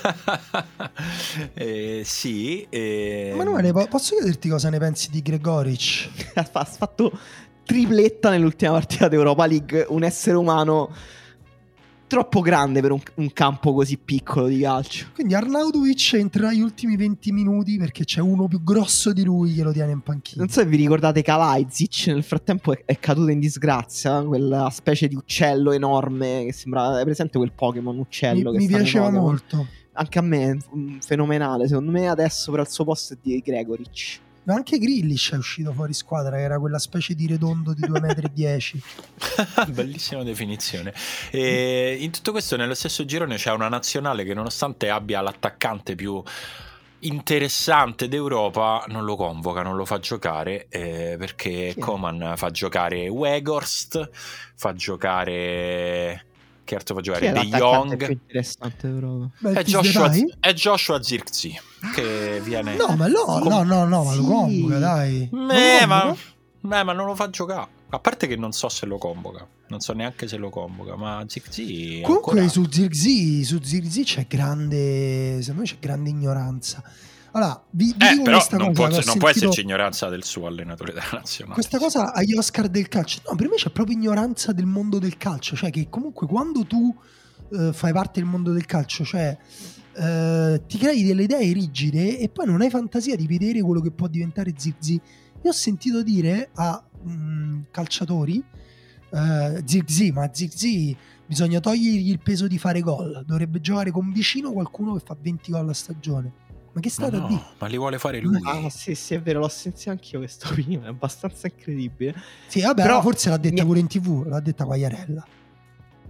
eh, sì. eh, Emanuele, po- posso chiederti cosa ne pensi di Gregoric? ha fa- ha fatto tripletta nell'ultima partita d'Europa League, un essere umano troppo grande per un, un campo così piccolo di calcio. Quindi Arnautovic entrerà gli ultimi venti minuti perché c'è uno più grosso di lui che lo tiene in panchina. Non so se vi ricordate Kalajdzic, nel frattempo è, è caduto in disgrazia, quella specie di uccello enorme che sembrava, è presente quel Pokémon uccello Mi, che mi sta nei piaceva Pokémon? molto. Anche a me è mm, fenomenale, secondo me adesso però al suo posto è di Gregoric. Ma anche Grealish è uscito fuori squadra, che era quella specie di redondo di due virgola dieci metri. Bellissima definizione. E in tutto questo, nello stesso girone c'è una nazionale che, nonostante abbia l'attaccante più interessante d'Europa, non lo convoca, non lo fa giocare eh, perché Chi è? Coman fa giocare Weghorst, fa giocare. Che altro fa Chi giocare? è De l'attaccante più Jong. interessante d'Europa? Beh, È ti Joshua, sdai? è Joshua Zirkzee che viene. No, ma no, Com- no, no, no, ma lo Sì. convoca, dai. Lo Eh, ma, convoca? eh, ma non lo fa giocare. A parte che non so se lo convoca, non so neanche se lo convoca. Ma Zirkzee Comunque ancora... su Zirkzee, su Zirkzee c'è grande, secondo me c'è grande ignoranza. Allora, vi, vi Eh, dico però questa non, cosa, può, che ho non può sentito- esserci ignoranza del suo allenatore della nazionale. Questa cosa agli Oscar del calcio, no, per me c'è proprio ignoranza del mondo del calcio, cioè che comunque quando tu eh, fai parte del mondo del calcio, cioè eh, ti crei delle idee rigide e poi non hai fantasia di vedere quello che può diventare Zirkzee. Io ho sentito dire a mh, calciatori eh, Zirkzee, ma Zirkzee bisogna togliergli il peso di fare gol, dovrebbe giocare con vicino qualcuno che fa venti gol a stagione. Ma che Ma state a no, dire? ma li vuole fare lui. Ah sì sì è vero, l'ho sentito anch'io questa opinione, è abbastanza incredibile. Sì, vabbè, Però- forse l'ha detta mi- pure in tv, l'ha detta Quagliarella.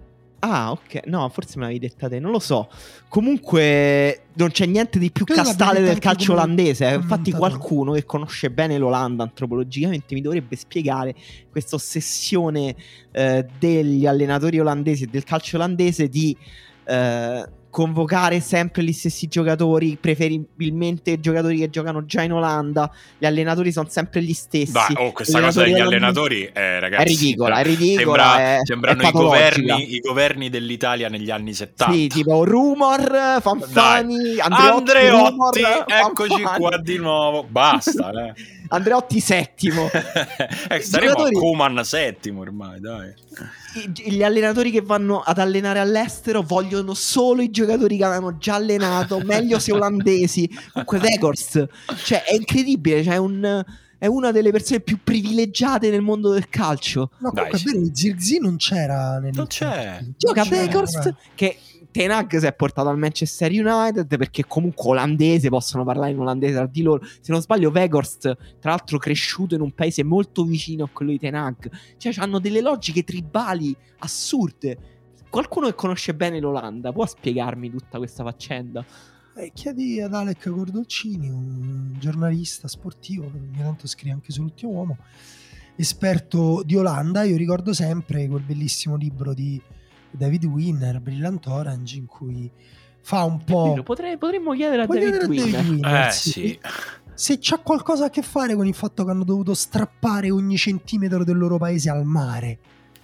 Ah, ok. No, forse me l'avevi detta te, non lo so. Comunque non c'è niente di più Credo castale l'abbia del detto anche calcio come olandese. Infatti commentatore. qualcuno che conosce bene l'Olanda antropologicamente mi dovrebbe spiegare questa ossessione eh, degli allenatori olandesi e del calcio olandese di eh, convocare sempre gli stessi giocatori, preferibilmente giocatori che giocano già in Olanda. Gli allenatori sono sempre gli stessi. Beh, oh, questa cosa degli allenatori, eh, ragazzi, è ridicola, è ridicola. Sembra, è, sembrano è i, governi, i governi dell'Italia negli anni settanta. Sì, tipo Rumor, Fanfani, Dai. Andreotti, Andreotti, Rumor, eccoci Fanfani. qua di nuovo. Basta, eh. Andreotti settimo. eh, staremo giocatori... a Koeman settimo ormai, dai. Gli allenatori che vanno ad allenare all'estero vogliono solo i giocatori che avevano già allenato, meglio se olandesi. Comunque Weghorst, cioè è incredibile, cioè è un... è una delle persone più privilegiate nel mondo del calcio. No, comunque Dai, è vero, Zirkzee non c'era nel Non c'è. Gioca Non c'era, Weghorst, che Ten Hag si è portato al Manchester United perché comunque olandese, possono parlare in olandese tra di loro. Se non sbaglio Weghorst, tra l'altro cresciuto in un paese molto vicino a quello di Ten Hag, cioè hanno delle logiche tribali assurde. Qualcuno che conosce bene l'Olanda può spiegarmi tutta questa faccenda? Eh, chiedi ad Alec Gordolcini, un giornalista sportivo che ogni tanto scrive anche sull'Ultimo Uomo, esperto di Olanda. Io ricordo sempre quel bellissimo libro di David Winner, Brilliant Orange, in cui fa un po'... Potrei, potremmo chiedere a Puoi David chiedere a Winner. David Winner, Eh sì. sì. Se c'ha qualcosa a che fare con il fatto che hanno dovuto strappare ogni centimetro del loro paese al mare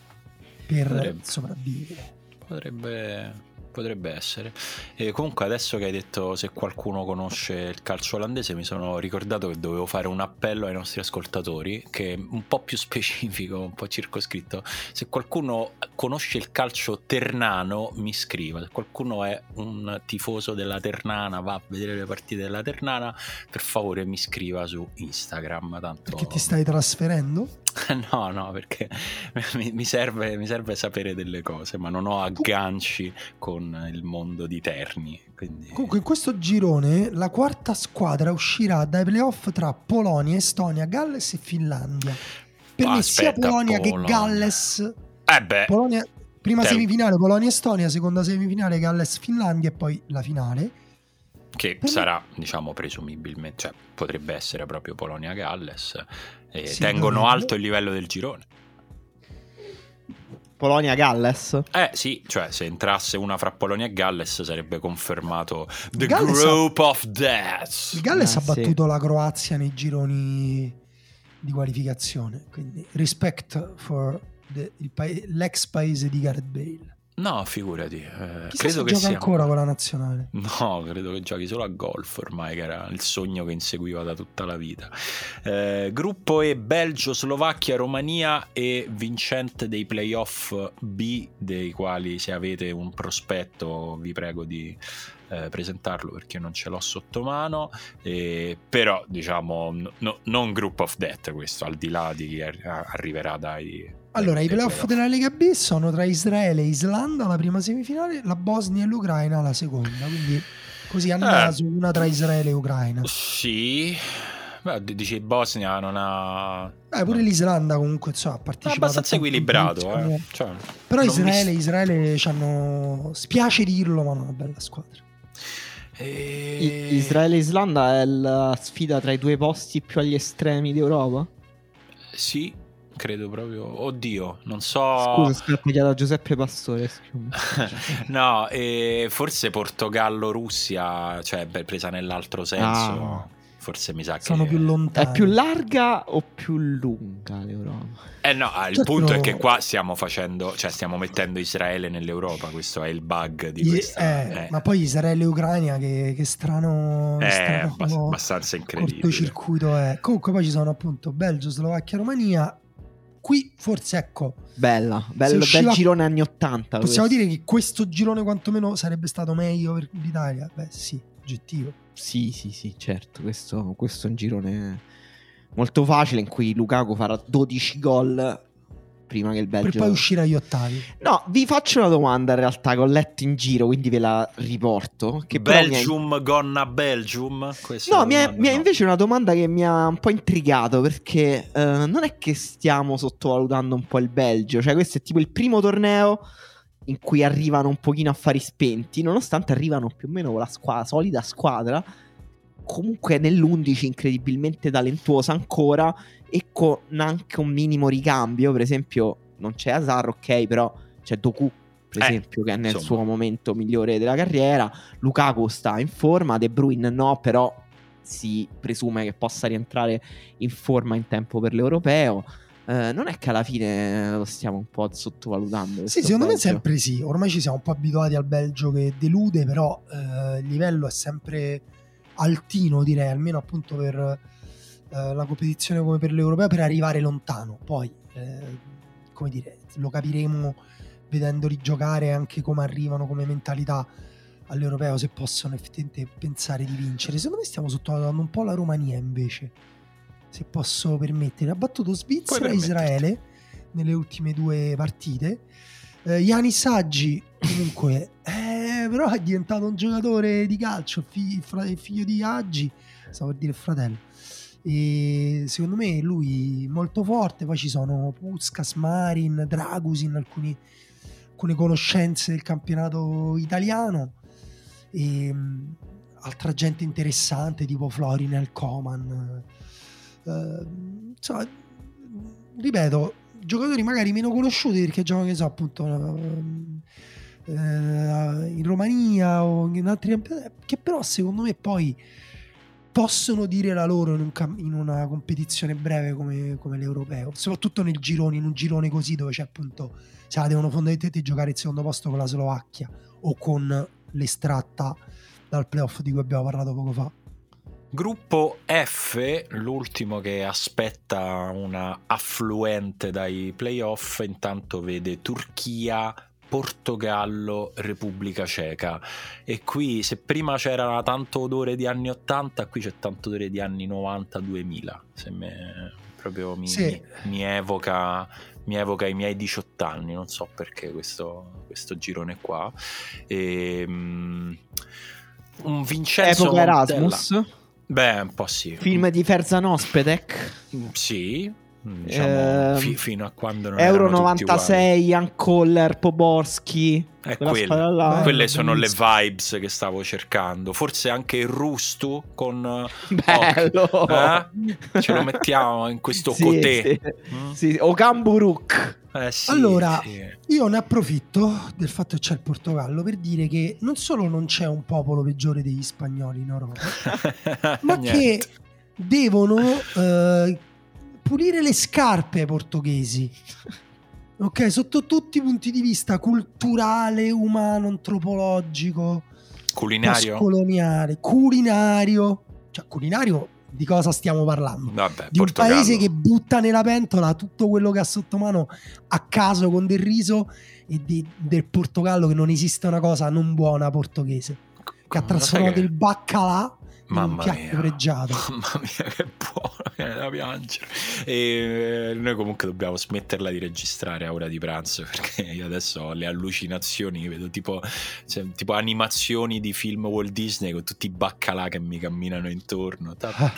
per Potrebbe. sopravvivere. Potrebbe, potrebbe essere. E comunque adesso che hai detto se qualcuno conosce il calcio olandese, mi sono ricordato che dovevo fare un appello ai nostri ascoltatori, che è un po' più specifico, un po' circoscritto. Se qualcuno conosce il calcio ternano, mi scriva. Se qualcuno è un tifoso della Ternana, va a vedere le partite della Ternana, per favore mi scriva su Instagram. Tanto... Perché ti stai trasferendo? No, no, perché mi, mi, serve, mi serve sapere delle cose, ma non ho agganci con il mondo di Terni. Quindi... Comunque in questo girone la quarta squadra uscirà dai playoff tra Polonia, Estonia, Galles e Finlandia. Per me sia Aspetta, Polonia, Polonia. che Galles... Eh beh, Polonia, prima Te- semifinale Polonia-Estonia, seconda semifinale Galles-Finlandia e poi la finale. che Per me- sarà, diciamo, presumibilmente, cioè potrebbe essere proprio Polonia-Galles. E Sì, tengono dovrebbe. alto il livello del girone. Polonia-Galles. Eh sì, cioè se entrasse una fra Polonia e Galles sarebbe confermato The Galles ha- Group of Death. Il Galles Eh, ha sì. battuto la Croazia nei gironi di qualificazione, quindi respect for the- il pa- l'ex paese di Gareth Bale. No, figurati. eh, Chissà credo se che gioca sia ancora con la nazionale. No, credo che giochi solo a golf ormai, che era il sogno che inseguiva da tutta la vita. Eh, gruppo E: Belgio, Slovacchia, Romania e vincente dei playoff B, dei quali se avete un prospetto vi prego di eh, presentarlo perché non ce l'ho sotto mano. Eh, però diciamo no- no- non Group of Death questo, al di là di chi arri- arriverà dai... Allora, dai i playoff playoff. della Lega B sono tra Israele e Islanda la prima semifinale, la Bosnia e l'Ucraina la seconda, quindi così a naso una tra Israele e Ucraina. Sì, beh, d- dici Bosnia non ha... Eh, pure l'Islanda comunque insomma, ha È partecipato abbastanza a tanti equilibrato, punti, eh. Cioè, però non Israele, mi- Israele c'hanno, spiace dirlo, ma hanno una bella squadra. E... I- Israele e Islanda è la sfida tra i due posti più agli estremi d'Europa? Sì, credo proprio. Oddio, non so. Scusa, aspetta, chiedo a Giuseppe Pastore. No, e forse Portogallo-Russia, cioè beh, presa nell'altro senso. Ah. Forse mi sa che Sono più lontani. È più larga o più lunga l'Europa? Eh no, ah, il Certo. punto è che qua stiamo facendo, cioè stiamo mettendo Israele nell'Europa, questo è il bug di I- questa. eh, eh. Ma poi Israele e Ucraina che, che strano, che È strano abbast- abbastanza incredibile. cortocircuito è. Comunque poi ci sono appunto Belgio, Slovacchia, Romania. Qui forse ecco, Bella, bello, usciva- bel girone anni ottanta. possiamo questo. dire che questo girone quantomeno sarebbe stato meglio per l'Italia. Beh sì, oggettivo. Sì, sì, sì, certo. Questo, questo è un girone molto facile in cui Lukaku farà dodici gol prima che il Belgio... Per poi uscire agli ottavi. No, vi faccio una domanda in realtà che ho letto in giro, quindi ve la riporto. Che però mi ha- Belgium gonna Belgium? Questa No, è mi è, una- mi è no. invece una domanda che mi ha un po' intrigato perché eh, non è che stiamo sottovalutando un po' il Belgio, cioè questo è tipo il primo torneo in cui arrivano un pochino a fari spenti, nonostante arrivano più o meno con la squadra, solida squadra, comunque nell'undici incredibilmente talentuosa ancora, e con anche un minimo ricambio. Per esempio non c'è Hazard, ok, però c'è Doku, per eh, esempio, che è nel insomma. suo momento migliore della carriera. Lukaku sta in forma, De Bruyne no, però si presume che possa rientrare in forma in tempo per l'Europeo. Eh, non è che alla fine lo stiamo un po' sottovalutando? Sì, secondo Belgio. me sempre sì. Ormai ci siamo un po' abituati al Belgio che delude, però eh, il livello è sempre altino, direi, almeno appunto per eh, la competizione come per l'Europeo, per arrivare lontano. Poi, eh, come dire, lo capiremo vedendoli giocare, anche come arrivano come mentalità all'Europeo, se possono effettivamente pensare di vincere. Secondo me stiamo sottovalutando un po' la Romania, invece, se posso permettere. Ha battuto Svizzera e Israele nelle ultime due partite. eh, Yanis Hagi comunque eh, però è diventato un giocatore di calcio, fi- fra- figlio di Hagi, stavo per dire fratello, e secondo me lui molto forte. Poi ci sono Puskás, Marin, Dragusin, alcuni, alcune conoscenze del campionato italiano, e mh, altra gente interessante tipo Florinel Coman. Uh, insomma, ripeto, giocatori magari meno conosciuti perché giocano, che so, appunto uh, uh, in Romania o in altri campionati, che però secondo me poi possono dire la loro in, un cam- in una competizione breve come, come l'Europeo, soprattutto nel girone, in un girone così dove c'è appunto, se la devono fondamentalmente giocare il secondo posto con la Slovacchia o con l'estratta dal playoff di cui abbiamo parlato poco fa. Gruppo F, l'ultimo che aspetta una affluente dai playoff, intanto vede Turchia, Portogallo, Repubblica Ceca. E qui, se prima c'era tanto odore di anni ottanta, qui c'è tanto odore di anni novanta duemila. Se me proprio mi, sì. mi, mi evoca mi evoca i miei diciotto anni, non so perché questo, questo girone qua. E, um, un Vincenzo Epoca Montella. Erasmus? Beh, un po' sì. Film di Ferzan Ospedek? Sì, diciamo, eh, fi- fino a quando non Euro erano novantasei, Jan Koller, Poborski. È quelle, là. quelle sono le vibes che stavo cercando. Forse anche il Rustu con bello, oh, eh? Ce lo mettiamo in questo sì, cotè. Sì. Mm? Sì, Okamburuk. Eh sì, allora, sì. Io ne approfitto del fatto che c'è il Portogallo per dire che non solo non c'è un popolo peggiore degli spagnoli in Europa, ma che devono eh, pulire le scarpe ai portoghesi. Ok, sotto tutti i punti di vista, culturale, umano, antropologico, culinario, coloniale, culinario, cioè culinario. Di cosa stiamo parlando? Vabbè, di Portogallo. Un paese che butta nella pentola tutto quello che ha sotto mano a caso con del riso, e di, del Portogallo che non esiste una cosa non buona portoghese, che ha trasformato il baccalà in un piatto mia. pregiato. Mamma mia, che buono, viene da piangere. E noi comunque dobbiamo smetterla di registrare a ora di pranzo, perché io adesso ho le allucinazioni, vedo tipo, cioè, tipo animazioni di film Walt Disney con tutti i baccalà che mi camminano intorno.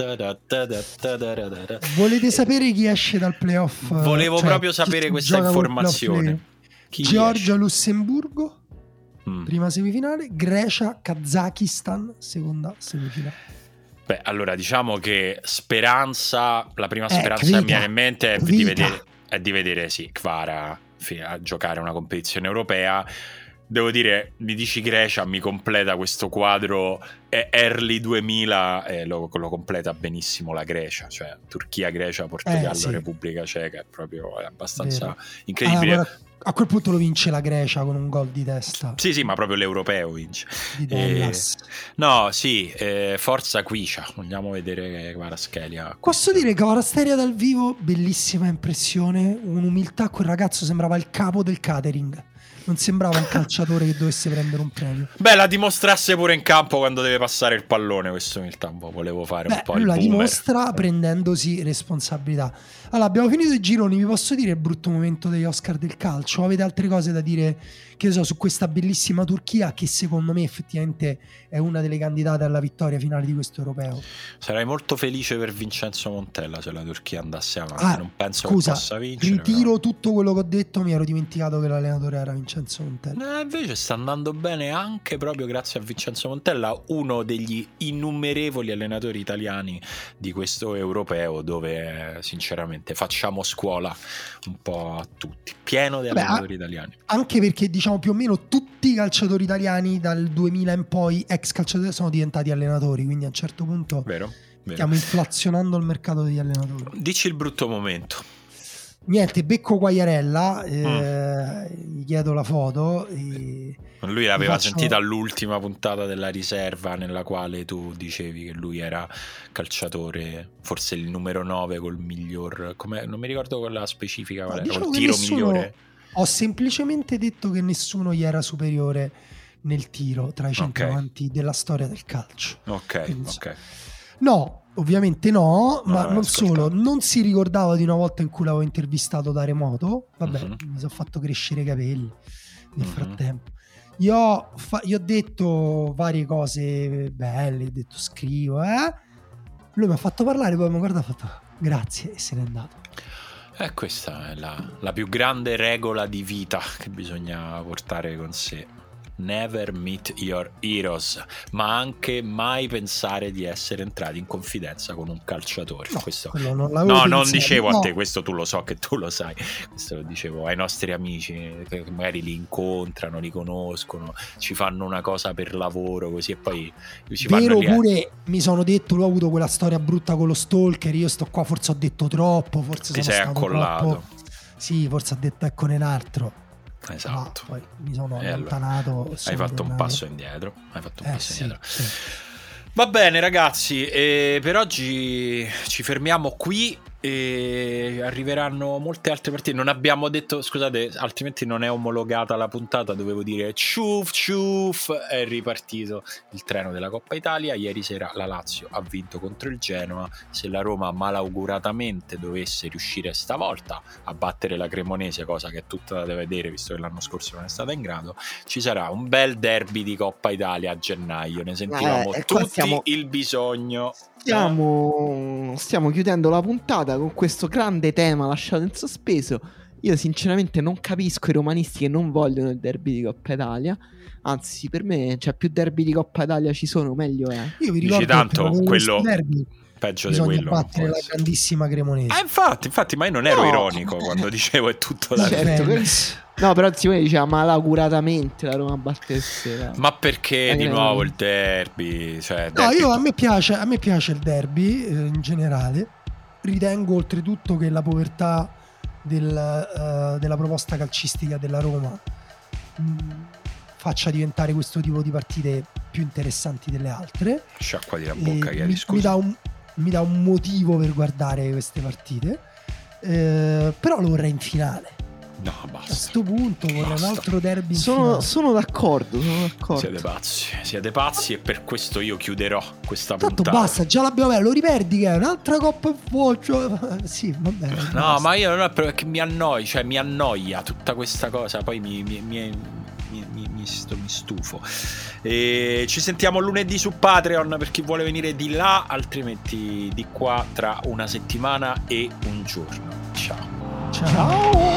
Volete sapere chi esce dal playoff? Volevo cioè, proprio sapere questa informazione. Georgia, Lussemburgo, Mm. prima semifinale, Grecia, Kazakistan, seconda semifinale. Beh, allora diciamo che speranza, la prima speranza Kvita, che mi viene in mente è Kvita. di vedere, è di vedere sì, Kvara a giocare una competizione europea. Devo dire, mi dici Grecia, mi completa questo quadro early duemila e lo, lo completa benissimo la Grecia, cioè Turchia, Grecia, Portogallo, eh, sì. Repubblica Ceca, è proprio è abbastanza Vero. incredibile. Allora, a quel punto lo vince la Grecia con un gol di testa. Sì, sì, ma proprio l'europeo vince. Di Dallas. Eh, no, sì, eh, forza Quiscia. Vogliamo vedere Kvaratskhelia. Posso dire che Kvaratskhelia dal vivo, bellissima impressione, un'umiltà, quel ragazzo sembrava il capo del catering. Non sembrava un calciatore che dovesse prendere un premio. Beh, la dimostrasse pure in campo quando deve passare il pallone. Questo umiltà un po' volevo fare Beh, un po' lui il la boomer. dimostra prendendosi responsabilità. Allora, abbiamo finito i gironi. Vi posso dire il brutto momento degli Oscar del calcio? Avete altre cose da dire, che so, su questa bellissima Turchia, che secondo me effettivamente è una delle candidate alla vittoria finale di questo europeo? Sarei molto felice per Vincenzo Montella se la Turchia andasse avanti. Ah, Non penso scusa, che possa vincere. ritiro però. tutto quello che ho detto. Mi ero dimenticato che l'allenatore era Vincenzo Vincenzo Montella. Eh, invece sta andando bene anche proprio grazie a Vincenzo Montella, uno degli innumerevoli allenatori italiani di questo europeo, dove eh, sinceramente facciamo scuola un po' a tutti, pieno di Vabbè, allenatori a- italiani. Anche perché diciamo più o meno tutti i calciatori italiani dal duemila in poi, ex calciatori, sono diventati allenatori, quindi a un certo punto Vero? Vero. stiamo inflazionando il mercato degli allenatori. Dici il brutto momento. Niente, becco Quagliarella, eh, mm. gli chiedo la foto e lui l'aveva faccio... sentita all'ultima puntata della riserva, nella quale tu dicevi che lui era calciatore, forse il numero nove col miglior, come non mi ricordo quella specifica, qual no, era, diciamo col tiro nessuno... migliore. Ho semplicemente detto che nessuno gli era superiore nel tiro tra i centravanti okay. della storia del calcio. Ok, Quindi, ok. No, ovviamente no, no ma non ascoltato. solo, non si ricordava di una volta in cui l'avevo intervistato da remoto. Vabbè, uh-huh. mi sono fatto crescere i capelli nel uh-huh. frattempo. Io ho, fa- io ho detto varie cose belle, ho detto scrivo, eh. Lui mi ha fatto parlare, poi mi ha guardato e ha fatto grazie e se n'è andato. E eh, questa è la, la più grande regola di vita che bisogna portare con sé. Never meet your heroes, ma anche mai pensare di essere entrati in confidenza con un calciatore. No, questo non, no, pensato. non dicevo no. a te, questo tu lo so che tu lo sai, questo lo dicevo ai nostri amici che magari li incontrano, li conoscono, ci fanno una cosa per lavoro così e poi ci Vero, fanno pure a... mi sono detto, lui ha avuto quella storia brutta con lo stalker, io sto qua, forse ho detto troppo, forse ti sono sei stato accollato troppo... sì, forse ho detto ecco nell'altro. Esatto. No, poi mi sono e allontanato. Allora, hai fatto tornato. un passo indietro. Hai fatto un eh, passo sì, indietro. Sì. Va bene, ragazzi. E per oggi ci fermiamo qui. E arriveranno molte altre partite. Non abbiamo detto, scusate, altrimenti non è omologata la puntata. Dovevo dire ciuf ciuf. È ripartito il treno della Coppa Italia. Ieri sera la Lazio ha vinto contro il Genoa. Se la Roma malauguratamente dovesse riuscire stavolta a battere la Cremonese, cosa che è tutta da vedere visto che l'anno scorso non è stata in grado, ci sarà un bel derby di Coppa Italia a gennaio. Ne sentivamo eh, tutti stiamo... il bisogno. Stiamo, stiamo chiudendo la puntata con questo grande tema lasciato in sospeso. Io sinceramente non capisco i romanisti che non vogliono il derby di Coppa Italia. Anzi, per me, cioè, più derby di Coppa Italia ci sono, meglio è. Io vi ricordo tanto che quello derby peggio di bisogna quello battere la grandissima Cremonese. Ah, infatti, infatti, ma io non ero no. ironico quando dicevo è tutto da certo, che... No, però Simone diceva malauguratamente la Roma battesse. Ma perché la di Cremonese. nuovo il derby? Cioè, no, derby... io a me piace, a me piace il derby eh, in generale. Ritengo oltretutto che la povertà del, uh, della proposta calcistica della Roma mh, faccia diventare questo tipo di partite più interessanti delle altre. Sciacqua di la bocca, e ieri, mi, scusa. mi, dà un, mi dà un motivo per guardare queste partite, eh, però lo vorrei in finale. No, basta. A sto punto vorrei Basta. un altro derby in Sono, finale. sono d'accordo, sono d'accordo. Siete pazzi, siete pazzi e per questo io chiuderò questa Tanto puntata. basta, già l'abbiamo vero, lo riperdi che è un'altra coppa in fuoco. Sì, va bene. No, basta. ma io non è perché mi annoi, cioè mi annoia tutta questa cosa, poi mi, mi, mi, mi, mi, mi, sto, mi stufo. E ci sentiamo lunedì su Patreon per chi vuole venire di là, altrimenti di qua tra una settimana e un giorno. Ciao. Ciao.